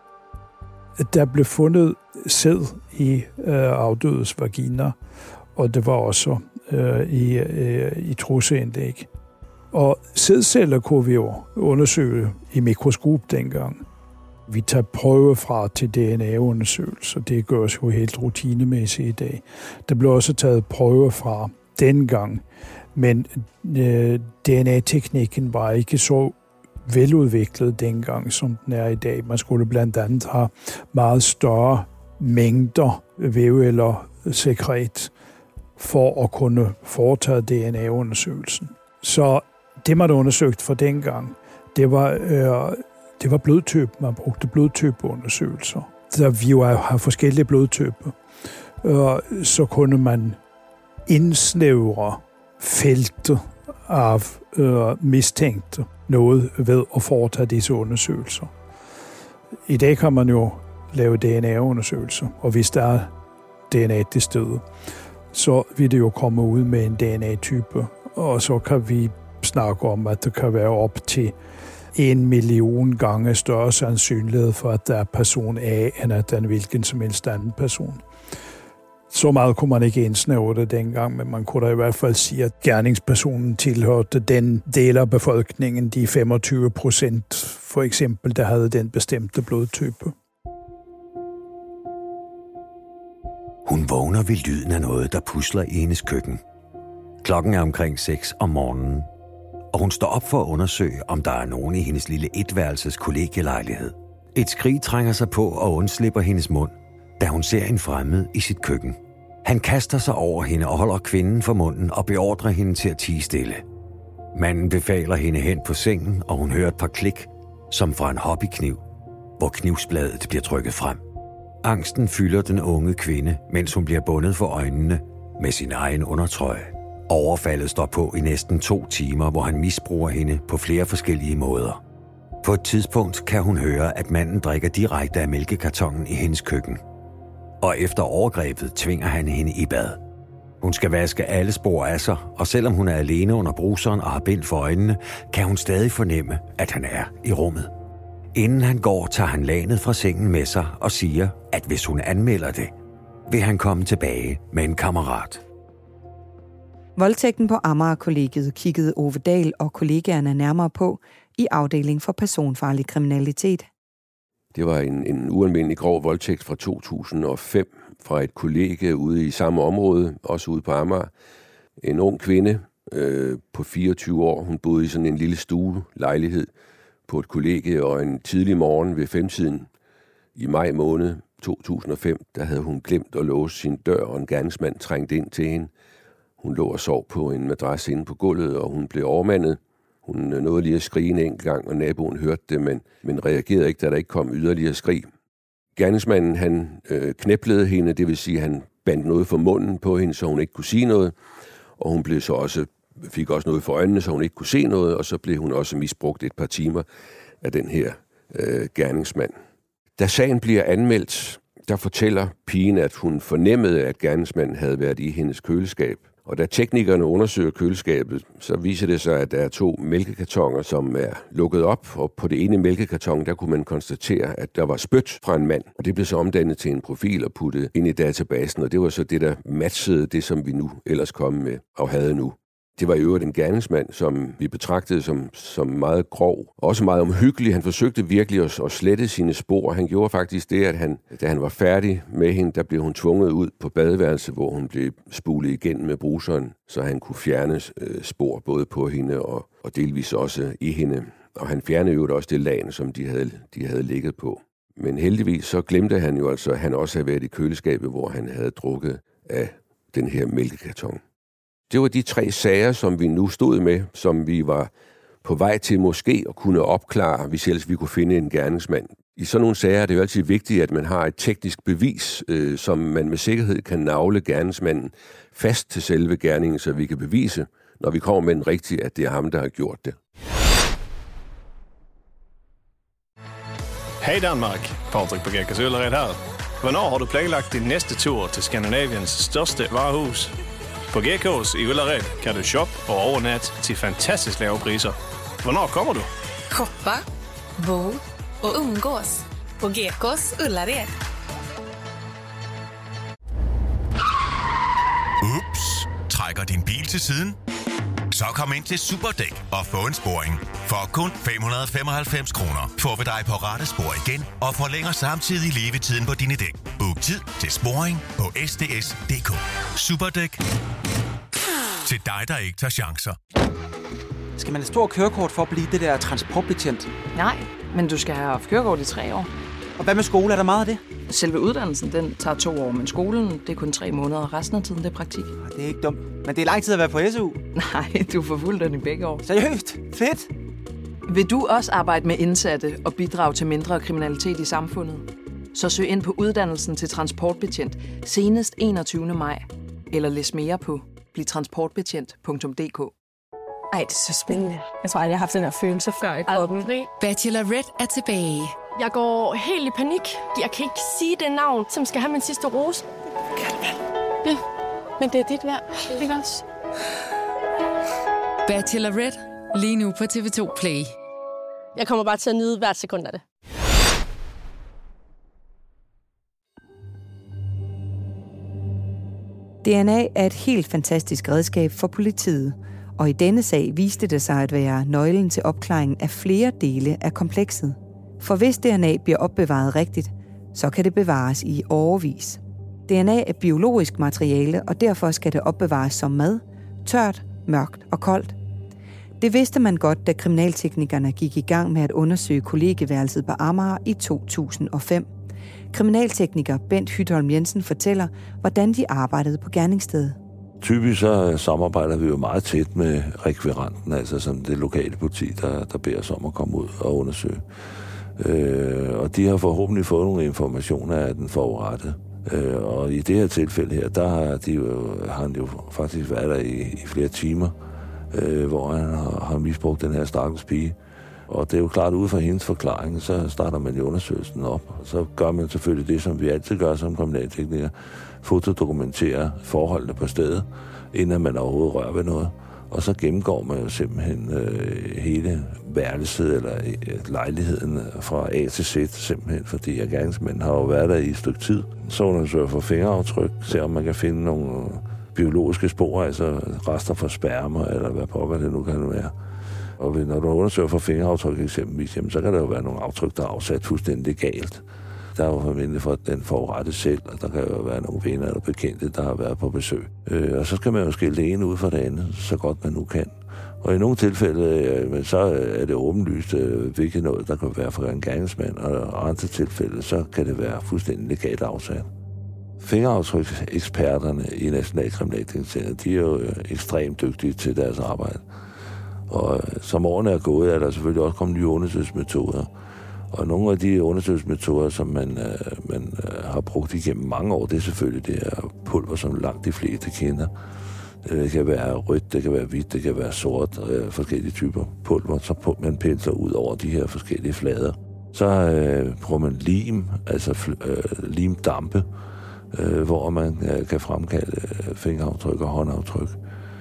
Der blev fundet sæd i øh, afdødes vagina, og det var også øh, i, øh, i trusseindlæg. Og sædceller kunne vi jo undersøge i mikroskop dengang. Vi tager prøve fra til D N A-undersøgelser. Det gøres jo helt rutinemæssigt i dag. Der blev også taget prøve fra dengang, men øh, D N A-teknikken var ikke så veludviklet dengang, som den er i dag. Man skulle blandt andet have meget større mængder væv eller sekret for at kunne foretage D N A-undersøgelsen. Så det, man undersøgte for dengang, det var... Øh, Det var blodtype. Man brugte blodtypeundersøgelser. Så vi jo har forskellige blodtyper. Og så kunne man indsnævre feltet af øh, mistænkte noget ved at foretage disse undersøgelser. I dag kan man jo lave D N A-undersøgelser, og hvis der er D N A til stede, så vil det jo komme ud med en D N A-type, og så kan vi snakke om, at det kan være op til en million gange større sandsynlighed for, at der er person A, end at der er en hvilken som helst anden person. Så meget kunne man ikke indsnævre det dengang, men man kunne da i hvert fald sige, at gerningspersonen tilhørte den del af befolkningen, de femogtyve procent for eksempel, der havde den bestemte blodtype.
Hun vågner ved lyden af noget, der pusler i hendes køkken. Klokken er omkring seks om morgenen, og hun står op for at undersøge, om der er nogen i hendes lille etværelses kollegielejlighed. Et skrig trænger sig på og undslipper hendes mund, da hun ser en fremmed i sit køkken. Han kaster sig over hende og holder kvinden for munden og beordrer hende til at tie stille. Manden befaler hende hen på sengen, og hun hører et par klik, som fra en hobbykniv, hvor knivsbladet bliver trykket frem. Angsten fylder den unge kvinde, mens hun bliver bundet for øjnene med sin egen undertrøje Overfaldet står på i næsten to timer, hvor han misbruger hende på flere forskellige måder. På et tidspunkt kan hun høre, at manden drikker direkte af mælkekartonen i hendes køkken. Og efter overgrebet tvinger han hende i bad. Hun skal vaske alle spor af sig, og selvom hun er alene under bruseren og har bind for øjnene, kan hun stadig fornemme, at han er i rummet. Inden han går, tager han lagenet fra sengen med sig og siger, at hvis hun anmelder det, vil han komme tilbage med en kammerat.
Voldtægten på Amager-kollegiet kiggede Ove Dahl og kollegaerne nærmere på i afdeling for personfarlig kriminalitet.
Det var en, en ualmindelig grov voldtægt fra to tusind og fem fra et kollegie ude i samme område, også ude på Amager. En ung kvinde øh, på fireogtyve år, hun boede i sådan en lille stuelejlighed på et kollegie, og en tidlig morgen ved femtiden i maj måned to tusind og fem, der havde hun glemt at låse sin dør, og en gerningsmand trængte ind til hende. Hun lå og sov på en madras inde på gulvet, og hun blev overmandet. Hun nåede lige at skrige en enkelt gang, og naboen hørte det, men, men reagerede ikke, da der ikke kom yderligere skrig. Gerningsmanden, han øh, knæplede hende, det vil sige, han bandt noget for munden på hende, så hun ikke kunne sige noget, og hun blev så også, fik også noget for øjnene, så hun ikke kunne se noget, og så blev hun også misbrugt et par timer af den her øh, gerningsmand. Da sagen bliver anmeldt, der fortæller pigen, at hun fornemmede, at gerningsmanden havde været i hendes køleskab. Og da teknikerne undersøger køleskabet, så viser det sig, at der er to mælkekartoner, som er lukket op. Og på det ene mælkekarton, der kunne man konstatere, at der var spyt fra en mand. Og det blev så omdannet til en profil og puttet ind i databasen. Og det var så det, der matchede det, som vi nu ellers kom med og havde nu. Det var i øvrigt en gerningsmand, som vi betragtede som, som meget grov. Også meget omhyggelig. Han forsøgte virkelig at, at slette sine spor. Han gjorde faktisk det, at han, da han var færdig med hende, der blev hun tvunget ud på badeværelset, hvor hun blev spulet igen med bruseren, så han kunne fjerne øh, spor både på hende og, og delvis også i hende. Og han fjernede jo også det lag, som de havde, de havde ligget på. Men heldigvis så glemte han jo altså, at han også havde været i køleskabet, hvor han havde drukket af den her mælkekarton. Det var de tre sager, som vi nu stod med, som vi var på vej til måske at kunne opklare, hvis ellers vi kunne finde en gerningsmand. I sådan nogle sager er det jo altid vigtigt, at man har et teknisk bevis, øh, som man med sikkerhed kan navle gerningsmanden fast til selve gerningen, så vi kan bevise, når vi kommer med den rigtige, at det er ham, der har gjort det.
Hej Danmark, Patrick på Gekkas Øllered her. Hvornår har du planlagt din næste tur til Skandinaviens største varehus? På G K's i Ullared kan du shoppe og overnatte til fantastisk lave priser. Hvornår kommer du?
Shoppa, bo och umgås på G K's Ullared.
Ups, trækker din bil til siden? Så kom ind til Superdæk og få en sporing. For kun fem hundrede og femoghalvfems kroner får vi dig på rette spor igen og forlænger samtidig levetiden på dine dæk. Book tid til sporing på S D S punktum D K. Superdæk. Til dig, der ikke tager chancer.
Skal man have stor kørekort for at blive det der transportbetjent?
Nej, men du skal have haft kørekort i tre år.
Og hvad med skole? Er der meget af det?
Selve uddannelsen, den tager to år, men skolen, det er kun tre måneder. Resten af tiden, det er praktik.
Det er ikke dumt. Men det er lang tid at være på S U.
Nej, du får fuldt den i begge år.
Seriøst? Fedt!
Vil du også arbejde med indsatte og bidrage til mindre kriminalitet i samfundet? Så søg ind på uddannelsen til transportbetjent senest enogtyvende maj. Eller læs mere på bliv transportbetjent punktum d k.
Ej, det er så spændende. Jeg tror aldrig, jeg har haft den her følelse før i kroppen.
Bachelorette er tilbage.
Jeg går helt i panik. Jeg kan ikke sige det navn, som skal have min sidste rose. Ja, men det er dit værd. Ikke også?
Bachelorette, lige nu på T V to Play.
Jeg kommer bare til at nyde hvert sekund af det.
D N A er et helt fantastisk redskab for politiet, og i denne sag viste det sig at være nøglen til opklaringen af flere dele af komplekset. For hvis D N A bliver opbevaret rigtigt, så kan det bevares i årevis. D N A er biologisk materiale, og derfor skal det opbevares som mad, tørt, mørkt og koldt. Det vidste man godt, da kriminalteknikerne gik i gang med at undersøge kollegieværelset på Amager i to tusind og fem. Kriminaltekniker Bent Hytholm Jensen fortæller, hvordan de arbejdede på gerningsstedet.
Typisk så samarbejder vi jo meget tæt med rekviranten, altså som det lokale politi, der, der beder os om at komme ud og undersøge. Øh, og de har forhåbentlig fået nogle informationer af den forurettede. Øh, og i det her tilfælde her, der har, de jo, har han jo faktisk været der i, i flere timer, øh, hvor han har, har misbrugt den her stakkels pige. Og det er jo klart, ud fra hendes forklaring, så starter man jo undersøgelsen op. Og så gør man selvfølgelig det, som vi altid gør som kriminaltekniker. Fotodokumenterer forholdene på stedet, inden man overhovedet rører ved noget. Og så gennemgår man jo simpelthen øh, hele værelset eller øh, lejligheden fra A til Z, simpelthen, fordi gerningsmænd har jo været der i et stykke tid. Så undersøger for fingeraftryk, ser om man kan finde nogle biologiske spor, altså rester fra spermer, eller hvad pokker det nu kan være. Og når du undersøger for fingeraftryk eksempelvis, jamen, så kan der jo være nogle aftryk, der er afsat fuldstændig galt. Der er jo formentlig for den forrette selv, og der kan jo være nogle venner eller bekendte, der har været på besøg. Øh, og så skal man jo skille det ene ud fra det andet, så godt man nu kan. Og i nogle tilfælde, øh, så er det åbenlyst, øh, hvilket noget, der kan være for en gerningsmand, og andre tilfælde, så kan det være fuldstændig legalt afsat. Fingeraftrykseksperterne i National Kriminalteknisk, de er jo ekstremt dygtige til deres arbejde. Og som årene er gået, er der selvfølgelig også kommet nye undersøgelsesmetoder. Og nogle af de undersøgelsesmetoder, som man, øh, man øh, har brugt igennem mange år, det er selvfølgelig det her pulver, som langt de fleste kender. Det kan være rødt, det kan være hvidt, det kan være sort, øh, forskellige typer pulver, så man pensler ud over de her forskellige flader. Så øh, bruger man lim, altså øh, limdampe, øh, hvor man øh, kan fremkalde øh, fingeraftryk og håndaftryk.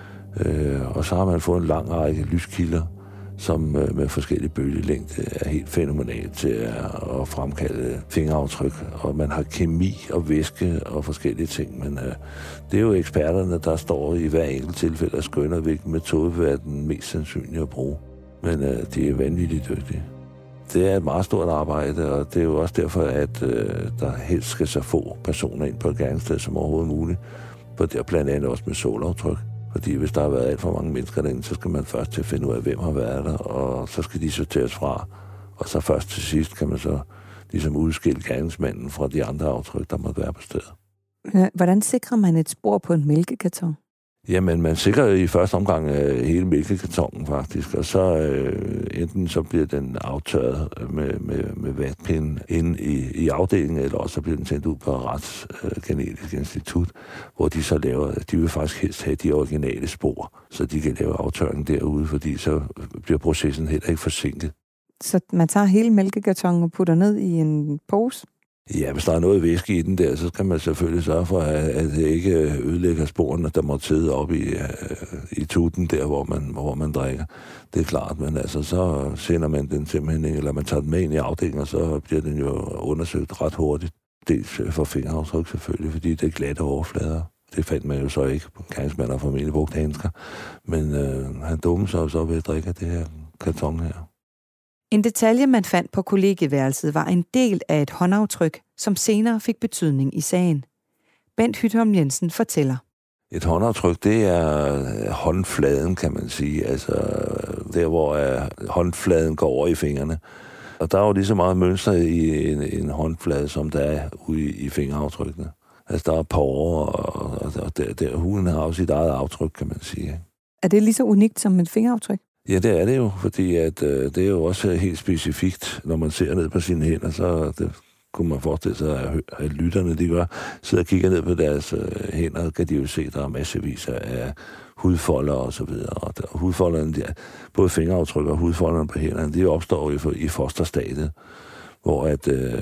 Øh, og så har man fået en lang række lyskilder, som øh, med forskellige bølgelængde er helt fænomenalt til at, at fremkalde fingeraftryk. Og man har kemi og væske og forskellige ting, men øh, det er jo eksperterne, der står i hver enkelt tilfælde og skønner, hvilken metode vil være den mest sandsynlige at bruge. Men øh, de er vanvittigt dygtige. Det er et meget stort arbejde, og det er jo også derfor, at øh, der helst skal så få personer ind på et gerningssted som overhovedet muligt. For det er blandt andet også med sålaftryk. Fordi hvis der har været alt for mange mennesker derinde, så skal man først til at finde ud af, hvem har været der, og så skal de sorteres fra. Og så først til sidst kan man så ligesom udskille gerningsmanden fra de andre aftryk, der måtte være på stedet.
Hvordan sikrer man et spor på en mælkekarton?
Jamen, man sikrer i første omgang øh, hele mælkekartonen faktisk, og så øh, enten så bliver den aftørret med, med, med vatpinden inde i, i afdelingen, eller også så bliver den sendt ud på Retsgenetisk øh, Institut, hvor de så laver, de vil faktisk helst have de originale spor, så de kan lave aftørringen derude, fordi så bliver processen heller ikke forsinket.
Så man tager hele mælkekartonen og putter ned i en pose?
Ja, hvis der er noget væske i den der, så skal man selvfølgelig sørge for, at det ikke ødelægger sporene, der må sidde op i, i tuten der, hvor man, hvor man drikker. Det er klart, men altså, så sender man den simpelthen, eller man tager den med ind i afdelingen, og så bliver den jo undersøgt ret hurtigt. Dels for fingeraftryk selvfølgelig, fordi det er glatte overflader. Det fandt man jo så ikke. Gerningsmanden har formentlig brugt handsker. Men øh, han dummede sig så ved at drikke det her karton her.
En detalje, man fandt på kollegieværelset, var en del af et håndaftryk, som senere fik betydning i sagen. Bent Hytholm Jensen fortæller.
Et håndaftryk, det er håndfladen, kan man sige. Altså der, hvor håndfladen går over i fingrene. Og der er jo lige så meget mønster i en, en håndflade, som der er ude i, i fingeraftrykkene. Altså der er porer, og, og, og der, der huden har også sit eget aftryk, kan man sige.
Er det lige så unikt som et fingeraftryk?
Ja, det er det jo, fordi at, øh, det er jo også helt specifikt, når man ser ned på sine hænder, så det kunne man forestille sig, at, at lytterne, de gør, sidder og kigger ned på deres øh, hænder, kan de jo se, at der er massevis af hudfolder og så videre. Og der, hudfolderne, de er, både fingeraftryk og hudfolderne på hænderne, de opstår jo i fosterstadiet, hvor at øh,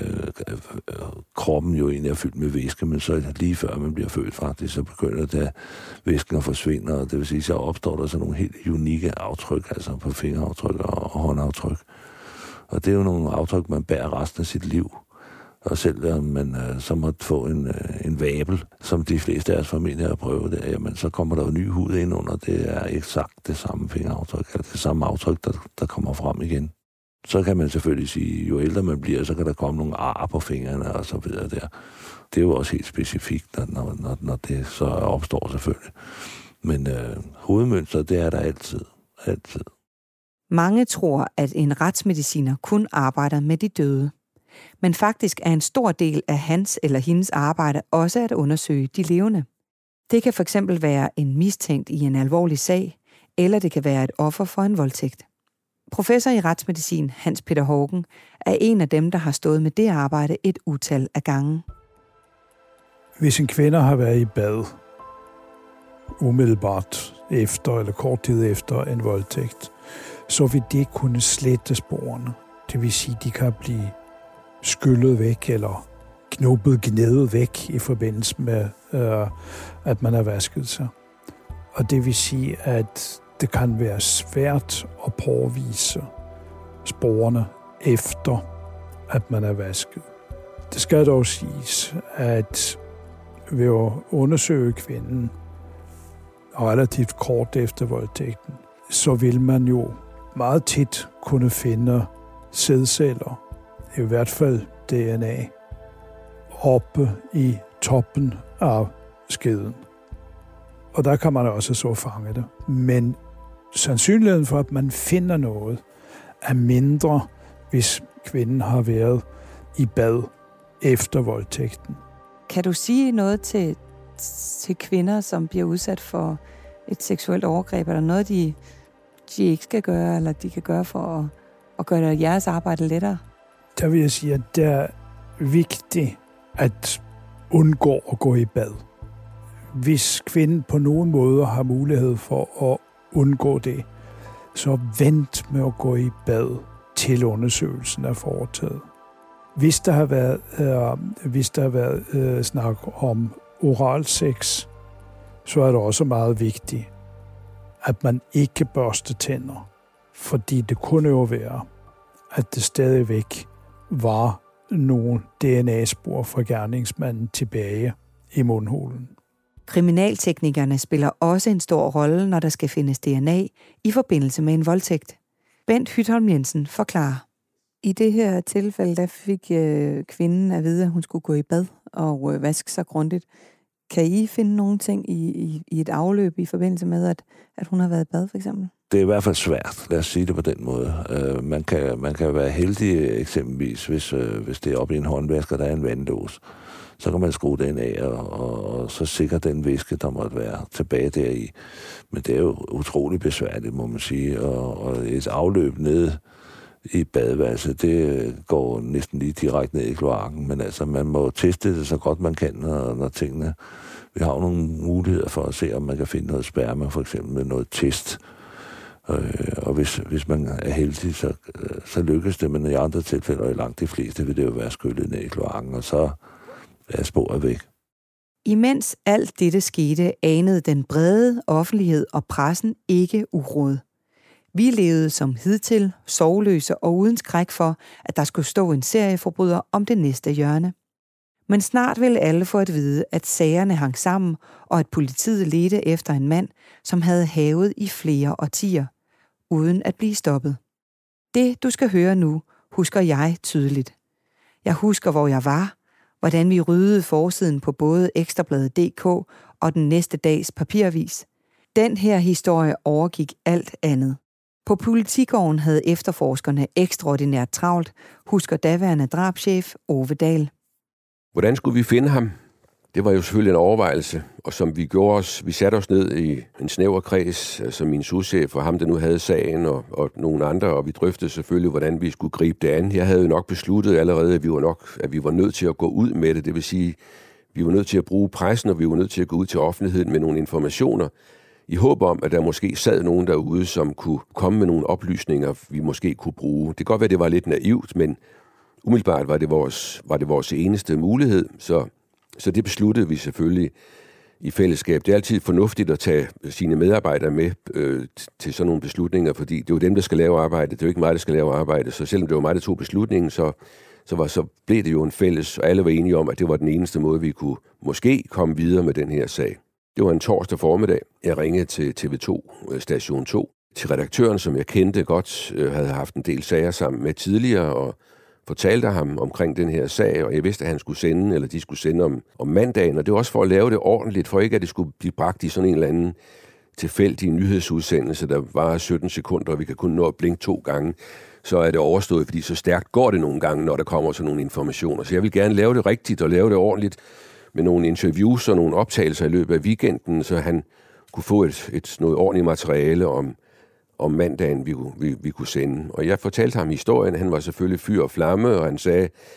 kroppen jo egentlig er fyldt med væske, men så lige før man bliver født faktisk, så begynder det væsken at forsvinde, og det vil sige, så opstår der så nogle helt unikke aftryk, altså på fingeraftryk og håndaftryk. Og det er jo nogle aftryk, man bærer resten af sit liv. Og selv om man øh, så måtte få en, øh, en vabel, som de fleste af os familier har prøvet det, jamen, så kommer der jo ny hud ind under. Det er eksakt det samme fingeraftryk, eller det samme aftryk, der, der kommer frem igen. Så kan man selvfølgelig sige, jo ældre man bliver, så kan der komme nogle ar på fingrene og så videre der. Det er jo også helt specifikt, når, når, når det så opstår selvfølgelig. Men øh, hovedmønster, det er der altid. Altid.
Mange tror, at en retsmediciner kun arbejder med de døde. Men faktisk er en stor del af hans eller hendes arbejde også at undersøge de levende. Det kan fx være en mistænkt i en alvorlig sag, eller det kan være et offer for en voldtægt. Professor i retsmedicin Hans Peter Haugen er en af dem, der har stået med det arbejde et utal af gange.
Hvis en kvinde har været i bad umiddelbart efter eller kort tid efter en voldtægt, så vil det kunne slette sporene. Det vil sige, at de kan blive skyllet væk eller knuppet, gnædet væk i forbindelse med, øh, at man har vasket sig. Og det vil sige, at det kan være svært at påvise sporene efter, at man er vasket. Det skal dog siges, at ved at undersøge kvinden relativt kort efter voldtægten, så vil man jo meget tit kunne finde sædceller, i hvert fald D N A, oppe i toppen af skeden. Og der kan man også så fange det. Men sandsynligheden for, at man finder noget, er mindre, hvis kvinden har været i bad efter voldtægten.
Kan du sige noget til, til kvinder, som bliver udsat for et seksuelt overgreb? Er der noget, de, de ikke skal gøre, eller de kan gøre for at, at gøre jeres arbejde lettere?
Der vil jeg sige, at det er vigtigt at undgå at gå i bad. Hvis kvinden på nogen måde har mulighed for at undgå det, så vent med at gå i bad til undersøgelsen er foretaget. Hvis der har været, øh, hvis der har været øh, snak om oral sex, så er det også meget vigtigt, at man ikke børster tænder. Fordi det kunne jo være, at det stadigvæk var nogle D N A-spor fra gerningsmanden tilbage i mundhulen.
Kriminalteknikerne spiller også en stor rolle, når der skal findes D N A i forbindelse med en voldtægt. Bent Hytholm Jensen forklarer. I det her tilfælde, der fik øh, kvinden at vide, at hun skulle gå i bad og øh, vaske sig grundigt. Kan I finde nogle ting i, i, i et afløb i forbindelse med, at, at hun har været i bad, for eksempel?
Det er i hvert fald svært, lad os sige det på den måde. Uh, man, kan, man kan være heldig eksempelvis, hvis, uh, hvis det er oppe i en håndvasker, der er en vandlås. Så kan man skrue den af, og, og, og så sikre den væske, der måtte være tilbage deri. Men det er jo utrolig besværligt, må man sige. Og, og et afløb ned i badeværelset, det går næsten lige direkte ned i kloakken. Men altså, man må teste det så godt man kan, når, når tingene... Vi har jo nogle muligheder for at se, om man kan finde noget sperma, for eksempel med noget test. Øh, og hvis, hvis man er heldig, så, så lykkes det, men i andre tilfælde, og i langt de fleste, vil det jo være skyllet ned i kloakken, og så er sporet væk.
Imens alt dette skete, anede den brede offentlighed og pressen ikke uråd. Vi levede som hidtil, sovløse og uden skræk for, at der skulle stå en serieforbryder om det næste hjørne. Men snart ville alle få at vide, at sagerne hang sammen, og at politiet ledte efter en mand, som havde havet i flere årtier, uden at blive stoppet. Det, du skal høre nu, husker jeg tydeligt. Jeg husker, hvor jeg var, hvordan vi ryddede forsiden på både Ekstrabladet punktum d k og den næste dags papiravis. Den her historie overgik alt andet. På Politigården havde efterforskerne ekstraordinært travlt, husker daværende drabschef Ove Dahl.
Hvordan skulle vi finde ham? Det var jo selvfølgelig en overvejelse, og som vi gjorde os, vi satte os ned i en snæver kreds, altså min souschef og ham, der nu havde sagen, og, og nogle andre, og vi drøftede selvfølgelig, hvordan vi skulle gribe det an. Jeg havde jo nok besluttet allerede, at vi var nok, at vi var nødt til at gå ud med det, det vil sige, vi var nødt til at bruge pressen, og vi var nødt til at gå ud til offentligheden med nogle informationer, i håb om, at der måske sad nogen derude, som kunne komme med nogle oplysninger, vi måske kunne bruge. Det kan godt være, det var lidt naivt, men umiddelbart var det vores, var det vores eneste mulighed, så, så det besluttede vi selvfølgelig i fællesskab. Det er altid fornuftigt at tage sine medarbejdere med øh, til sådan nogle beslutninger, fordi det er jo dem, der skal lave arbejde. Det er jo ikke mig, der skal lave arbejde, så selvom det var mig, der tog beslutningen, så, så, var, så blev det jo en fælles, og alle var enige om, at det var den eneste måde, vi kunne måske komme videre med den her sag. Det var en torsdag formiddag. Jeg ringede til T V to, station to, til redaktøren, som jeg kendte godt, øh, havde haft en del sager sammen med tidligere, og fortalte ham omkring den her sag, og jeg vidste, at han skulle sende, eller de skulle sende om, om mandagen, og det var også for at lave det ordentligt, for ikke at det skulle blive bragt i sådan en eller anden tilfældig nyhedsudsendelse, der var sytten sekunder, og vi kan kun nå at blinke to gange, så er det overstået, fordi så stærkt går det nogle gange, når der kommer sådan nogle informationer. Så jeg vil gerne lave det rigtigt og lave det ordentligt med nogle interviews og nogle optagelser i løbet af weekenden, så han kunne få et, et noget ordentligt materiale om om mandagen, vi, vi, vi kunne sende. Og jeg fortalte ham historien. Han var selvfølgelig fyr og flamme, og han sagde,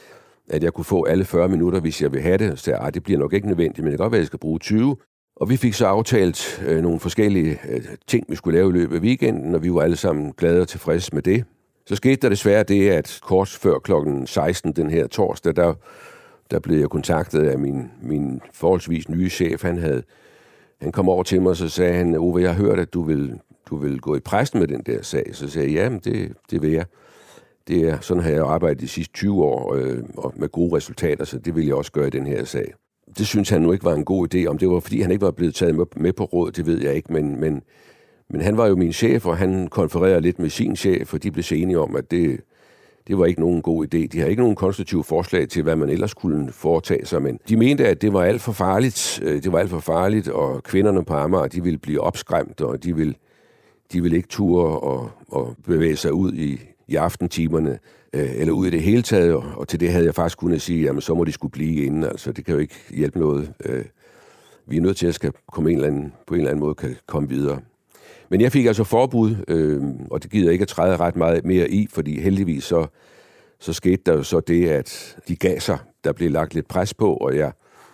at jeg kunne få alle fyrre minutter, hvis jeg vil have det. Så sagde jeg, at det bliver nok ikke nødvendigt, men det kan godt være, at jeg skal bruge tyve. Og vi fik så aftalt øh, nogle forskellige øh, ting, vi skulle lave i løbet af weekenden, og vi var alle sammen glade og tilfredse med det. Så skete der desværre det, at kort før klokken seksten den her torsdag, der, der blev jeg kontaktet af min, min forholdsvis nye chef. Han, havde, han kom over til mig, og så sagde han, Ove, jeg har hørt, at du vil, du vil gå i pressen med den der sag. Så sagde jeg, ja, men det, det vil jeg. Det er, sådan har jeg arbejdet de sidste tyve år, øh, og med gode resultater, så det vil jeg også gøre i den her sag. Det synes han nu ikke var en god idé. Om det var, fordi han ikke var blevet taget med på råd, det ved jeg ikke, men, men, men han var jo min chef, og han konfererede lidt med sin chef, og de blev så enige om, at det, det var ikke nogen god idé. De havde ikke nogen konstruktive forslag til, hvad man ellers kunne foretage sig, men de mente, at det var alt for farligt, det var alt for farligt, og kvinderne på Amager, de ville blive opskræmt, og de ville, de ville ikke ture og, og bevæge sig ud i, i aftentimerne, øh, eller ud i det hele taget, og, og til det havde jeg faktisk kunnet sige, jamen så må de skulle blive inde, altså det kan jo ikke hjælpe noget. Øh, vi er nødt til at skal komme en eller anden, på en eller anden måde kan komme videre. Men jeg fik altså forbud, øh, og det gider jeg ikke at træde ret meget mere i, fordi heldigvis så, så skete der jo så det, at de gav sig, der blev lagt lidt pres på, og jeg,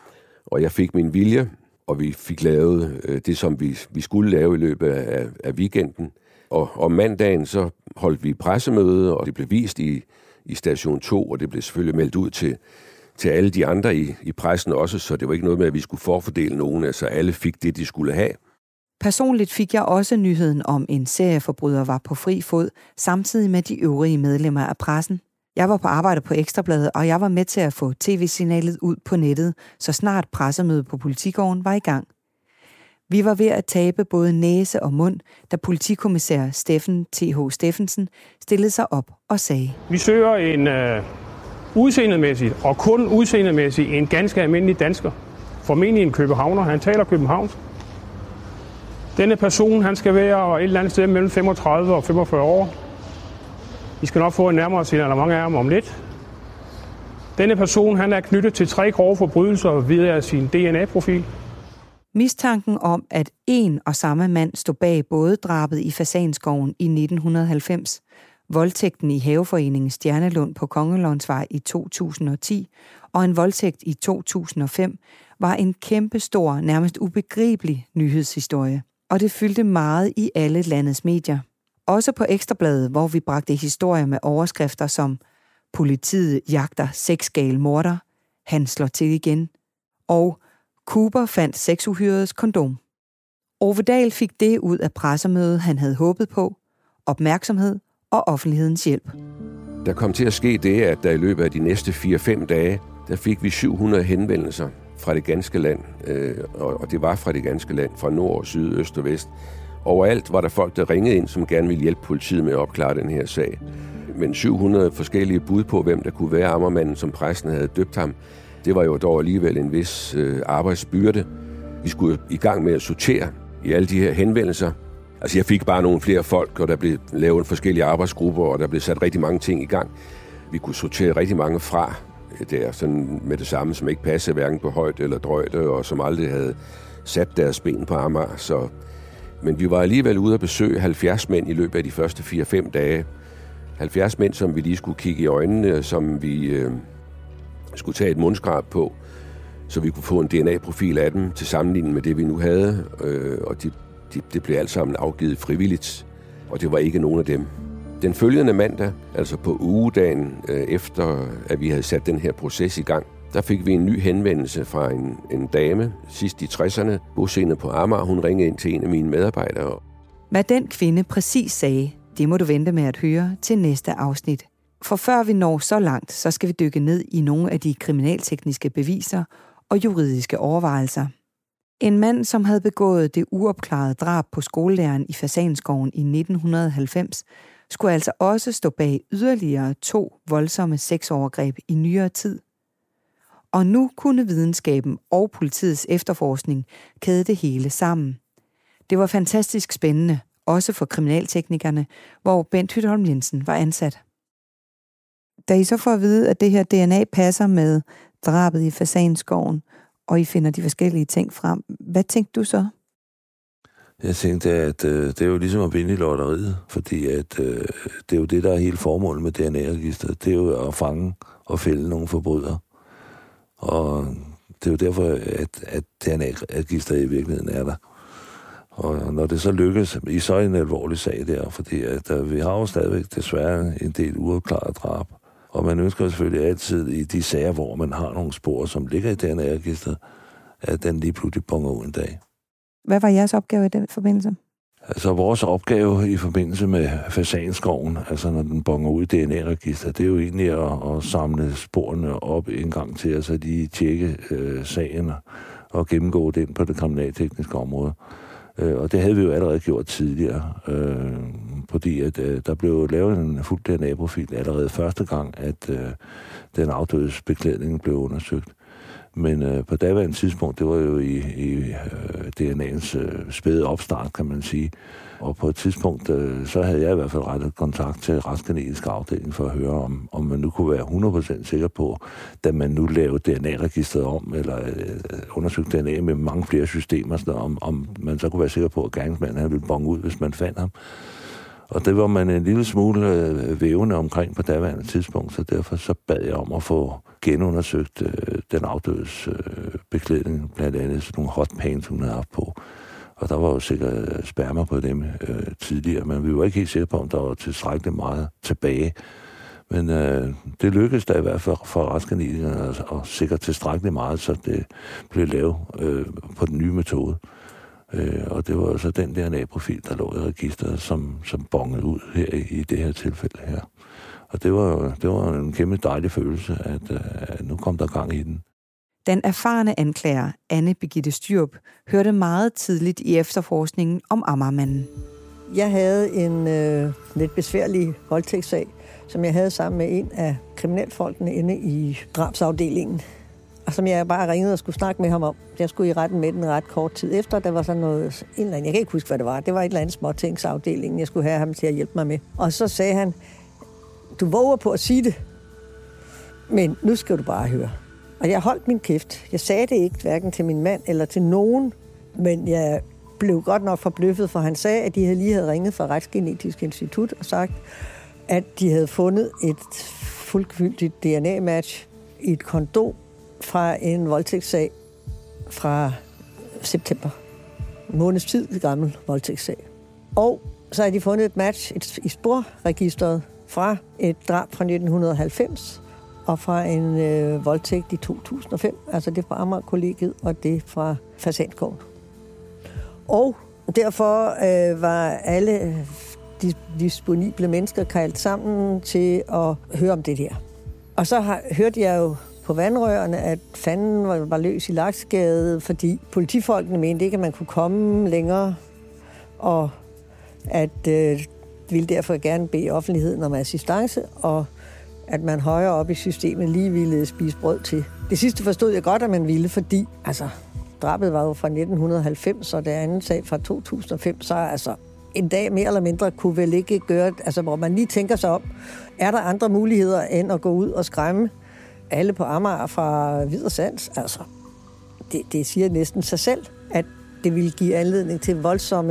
og jeg fik min vilje, og vi fik lavet øh, det, som vi, vi skulle lave i løbet af, af weekenden. Og om mandagen så holdt vi pressemøde, og det blev vist i, i station to, og det blev selvfølgelig meldt ud til, til alle de andre i, i pressen også, så det var ikke noget med, at vi skulle forfordele nogen, altså alle fik det, de skulle have.
Personligt fik jeg også nyheden om, en serieforbryder var på fri fod, samtidig med de øvrige medlemmer af pressen. Jeg var på arbejde på Ekstrabladet, og jeg var med til at få tv-signalet ud på nettet, så snart pressemødet på Politigården var i gang. Vi var ved at tabe både næse og mund, da politikommissær Steffen T H Steffensen stillede sig op og sagde:
Vi søger en øh, udseendemæssigt, og kun udseendemæssigt, en ganske almindelig dansker. Formentlig en københavner. Han taler københavnsk. Denne person, han skal være et eller andet sted mellem femogtredive og femogfyrre år. Vi skal nok få en nærmere signalement af ham om lidt. Denne person, han er knyttet til tre grove forbrydelser via sin D N A-profil.
Mistanken om, at en og samme mand stod bag både drabet i Fasanskoven i nitten halvfems, voldtægten i Haveforeningen Stjernelund på Kongelundsvej i to tusind og ti og en voldtægt i to tusind og fem, var en kæmpestor, nærmest ubegribelig nyhedshistorie. Og det fyldte meget i alle landets medier. Også på Ekstrabladet, hvor vi bragte historier med overskrifter som "Politiet jagter sexgal morder", "Han slår til igen" og "Cooper fandt sexuhyrets kondom". Ove Dahl fik det ud af pressemødet, han havde håbet på: opmærksomhed og offentlighedens hjælp.
Der kom til at ske det, at der i løbet af de næste fire fem dage, der fik vi syv hundrede henvendelser fra det ganske land, øh, og det var fra det ganske land, fra nord, syd, øst og vest. Overalt var der folk, der ringede ind, som gerne ville hjælpe politiet med at opklare den her sag. Men syv hundrede forskellige bud på, hvem der kunne være Amagermanden, som pressen havde døbt ham, det var jo dog alligevel en vis øh, arbejdsbyrde. Vi skulle i gang med at sortere i alle de her henvendelser. Altså jeg fik bare nogle flere folk, og der blev lavet forskellige arbejdsgrupper, og der blev sat rigtig mange ting i gang. Vi kunne sortere rigtig mange fra der, sådan med det samme, som ikke passede hverken på højt eller drøjte, og som aldrig havde sat deres ben på Amager. Så, men vi var alligevel ude at besøge halvfjerds mænd i løbet af de første fire fem dage. halvfjerds mænd, som vi lige skulle kigge i øjnene, som vi øh, skulle tage et mundskrab på, så vi kunne få en D N A-profil af dem til sammenligning med det, vi nu havde. Øh, og de, de, det blev alt sammen afgivet frivilligt, og det var ikke nogen af dem. Den følgende mandag, altså på ugedagen øh, efter, at vi havde sat den her proces i gang, der fik vi en ny henvendelse fra en, en dame, sidst i tresserne, bosiddende på Amager. Hun ringede ind til en af mine medarbejdere.
Hvad den kvinde præcis sagde, det må du vente med at høre til næste afsnit. For før vi når så langt, så skal vi dykke ned i nogle af de kriminaltekniske beviser og juridiske overvejelser. En mand, som havde begået det uopklarede drab på skolelæreren i Fasanskoven i nitten halvfems, skulle altså også stå bag yderligere to voldsomme sexovergreb i nyere tid. Og nu kunne videnskaben og politiets efterforskning kæde det hele sammen. Det var fantastisk spændende, også for kriminalteknikerne, hvor Bent Hytholm Jensen var ansat. Da I så får at vide, at det her D N A passer med drabet i Fasanskoven, og I finder de forskellige ting frem, hvad tænkte du så?
Jeg tænkte, at øh, det er jo ligesom at vinde i lotteriet, fordi at, øh, det er jo det, der er hele formålet med D N A-registeret. Det er jo at fange og fælde nogle forbrydere. Og det er jo derfor, at, at D N A-registeret i virkeligheden er der. Og når det så lykkes i så en alvorlig sag der, fordi at, at vi har jo stadigvæk desværre en del uopklarede drab. Og man ønsker selvfølgelig altid i de sager, hvor man har nogle spor, som ligger i D N A-registeret, at den lige pludselig bonger ud en dag. Hvad var jeres opgave i den forbindelse? Altså vores opgave i forbindelse med fasanskoven, altså når den bonger ud i D N A-registeret, det er jo egentlig at, at samle sporene op en gang til, altså lige tjekke øh, sagen og gennemgå den på det kriminaltekniske område. Øh, og det havde vi jo allerede gjort tidligere, øh, fordi at, øh, der blev lavet en fuld D N A-profil allerede første gang, at øh, den afdødes beklædning blev undersøgt. Men øh, på daværende tidspunkt, det var jo i, i øh, D N A'ens øh, spæde opstart, kan man sige. Og på et tidspunkt, øh, så havde jeg i hvert fald rettet kontakt til retsgenetisk afdeling for at høre, om, om man nu kunne være hundrede procent sikker på, da man nu lavede D N A-registret om, eller øh, undersøgte D N A med mange flere systemer, sådan, om, om man så kunne være sikker på, at gerningsmanden havde ville bonge ud, hvis man fandt ham. Og det var man en lille smule øh, vævende omkring på daværende tidspunkt, så derfor så bad jeg om at få genundersøgt øh, den afdødes øh, beklædning, blandt andet sådan nogle hot pants, hun havde haft på. Og der var jo sikkert sperma på dem øh, tidligere, men vi var ikke helt sikre på, om der var tilstrækkeligt meget tilbage. Men øh, det lykkedes da i hvert fald for retsgenetikerne at, at sikre tilstrækkeligt meget, så det blev lavet øh, på den nye metode. Øh, og det var altså den D N A-profil, der lå i registeret, som, som bongede ud her i, i det her tilfælde her. Og det var, det var en kæmpe dejlig følelse, at, at nu kom der gang i den.
Den erfarne anklager, Anne Birgitte Styrup, hørte meget tidligt i efterforskningen om Amagermanden.
Jeg havde en øh, lidt besværlig voldtægtssag, som jeg havde sammen med en af kriminalfolkene inde i drabsafdelingen. Og som jeg bare ringede og skulle snakke med ham om. Jeg skulle i retten med den ret kort tid efter. Der var sådan noget, en eller anden, jeg kan ikke huske, hvad det var. Det var et eller andet småtingsafdeling, jeg skulle have ham til at hjælpe mig med. Og så sagde han, du våger på at sige det, men nu skal du bare høre. Og jeg holdt min kæft. Jeg sagde det ikke, hverken til min mand eller til nogen, men jeg blev godt nok forbløffet, for han sagde, at de lige havde ringet fra Retsgenetisk Institut og sagt, at de havde fundet et fuldgyldigt D N A-match i et kondom fra en voldtægtssag fra september. En måneds tid gammel voldtægtssag. Og så har de fundet et match et, i sporregisteret fra et drab fra nitten halvfems og fra en øh, voldtægt i to tusind og fem, altså det fra Amager-kollegiet og det fra Fasanskoven. Og derfor øh, var alle de disponible mennesker kaldt sammen til at høre om det der. Og så har, hørte jeg jo på vandrørene, at fanden var, var løs i Laksgade, fordi politifolkene mente ikke, at man kunne komme længere, og at øh, ville derfor gerne bede offentligheden om assistance, og at man højere op i systemet lige ville spise brød til. Det sidste forstod jeg godt, at man ville, fordi altså, drabet var jo fra nitten halvfems, og det andet sag fra to tusind og fem, så altså en dag mere eller mindre kunne vel ikke gøre, altså hvor man lige tænker sig om, er der andre muligheder end at gå ud og skræmme alle på Amager fra Videresands? Altså, det, det siger næsten sig selv, at det ville give anledning til voldsomme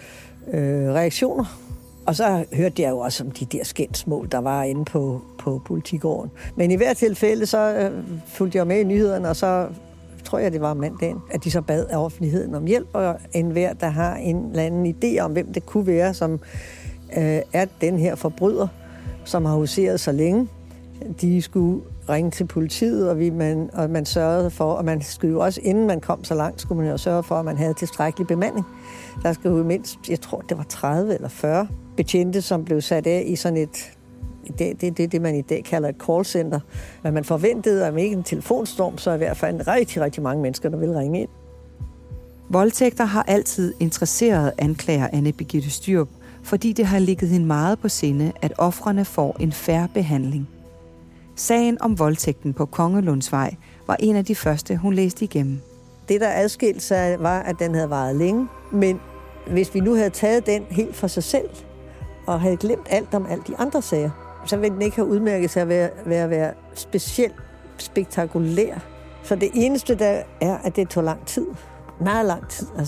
øh, reaktioner. Og så hørte jeg jo også om de der skændsmål, der var inde på, på politigården. Men i hvert tilfælde, så øh, fulgte jeg med i nyhederne, og så tror jeg, det var mandagen, at de så bad af offentligheden om hjælp, og enhver, der har en eller anden idé om, hvem det kunne være, som øh, er den her forbryder, som har huseret så længe, de skulle ringe til politiet, og, vi, man, og man sørgede for, og man skulle jo også, inden man kom så langt, skulle man jo sørge for, at man havde tilstrækkelig bemanding. Der skulle jo mindst, jeg tror, det var tredive eller fyrre betjente, som blev sat af i sådan et, det er det, det, man i dag kalder et callcenter. Men man forventede, at ikke en telefonstorm, så i hvert fald en rigtig, rigtig mange mennesker, der ville ringe ind.
Voldtægter har altid interesseret anklager Anne Birgitte Styrup, fordi det har ligget hende meget på sinde, at ofrene får en fair behandling. Sagen om voldtægten på Kongelundsvej var en af de første, hun læste igennem.
Det, der adskilte sig, var, at den havde varet længe, men hvis vi nu havde taget den helt for sig selv, og havde glemt alt om alle de andre sager, så ville den ikke have udmærket sig at være, være, være specielt spektakulær. Så det eneste, der er, at det tog lang tid. Meget lang tid. Altså,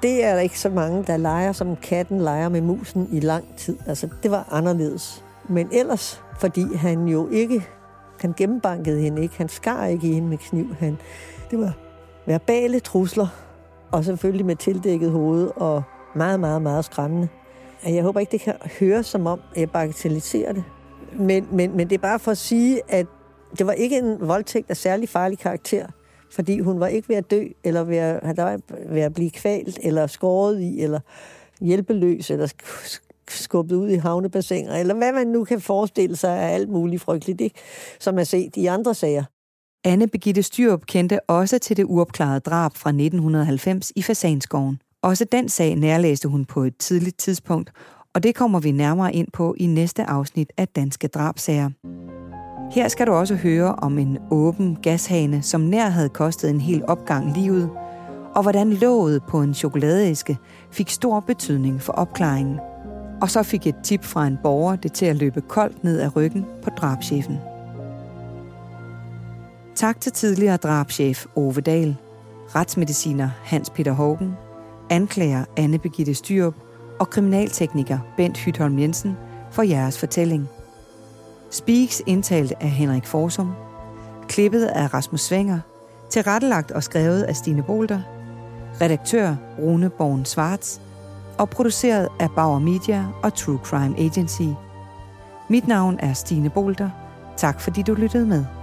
det er der ikke så mange, der leger, som katten leger med musen i lang tid. Altså, det var anderledes. Men ellers, fordi han jo ikke, han gennembankede hende ikke, han skar ikke i hende med kniv. Han, det var verbale trusler, og selvfølgelig med tildækket hoved, og meget, meget, meget skræmmende. Jeg håber ikke, det kan høres som om, jeg bagatelliserer det. Men, men, men det er bare for at sige, at det var ikke en voldtægt af særlig farlig karakter, fordi hun var ikke ved at dø, eller ved at, der var ved at blive kvalt, eller skåret i, eller hjælpeløs, eller skubbet ud i havnebassiner, eller hvad man nu kan forestille sig af alt muligt frygteligt, ikke? Som er set i andre sager.
Anne Birgitte Styrup kendte også til det uopklarede drab fra nitten halvfems i Fasanskoven. Også den sag nærlæste hun på et tidligt tidspunkt, og det kommer vi nærmere ind på i næste afsnit af Danske Drabsager. Her skal du også høre om en åben gashane, som nær havde kostet en hel opgang livet, og hvordan låget på en chokoladeæske fik stor betydning for opklaringen. Og så fik et tip fra en borger det til at løbe koldt ned ad ryggen på drabschefen. Tak til tidligere drabschef Ove Dahl, retsmediciner Hans Peter Haugen, anklager Anne Birgitte Styrup og kriminaltekniker Bent Hytholm Jensen for jeres fortælling. Speaks indtalt af Henrik Forsum, klippet af Rasmus Swenger, tilrettelagt og skrevet af Stine Bolter, redaktør Rune Born Schwartz og produceret af Bauer Media og True Crime Agency. Mit navn er Stine Bolter. Tak fordi du lyttede med.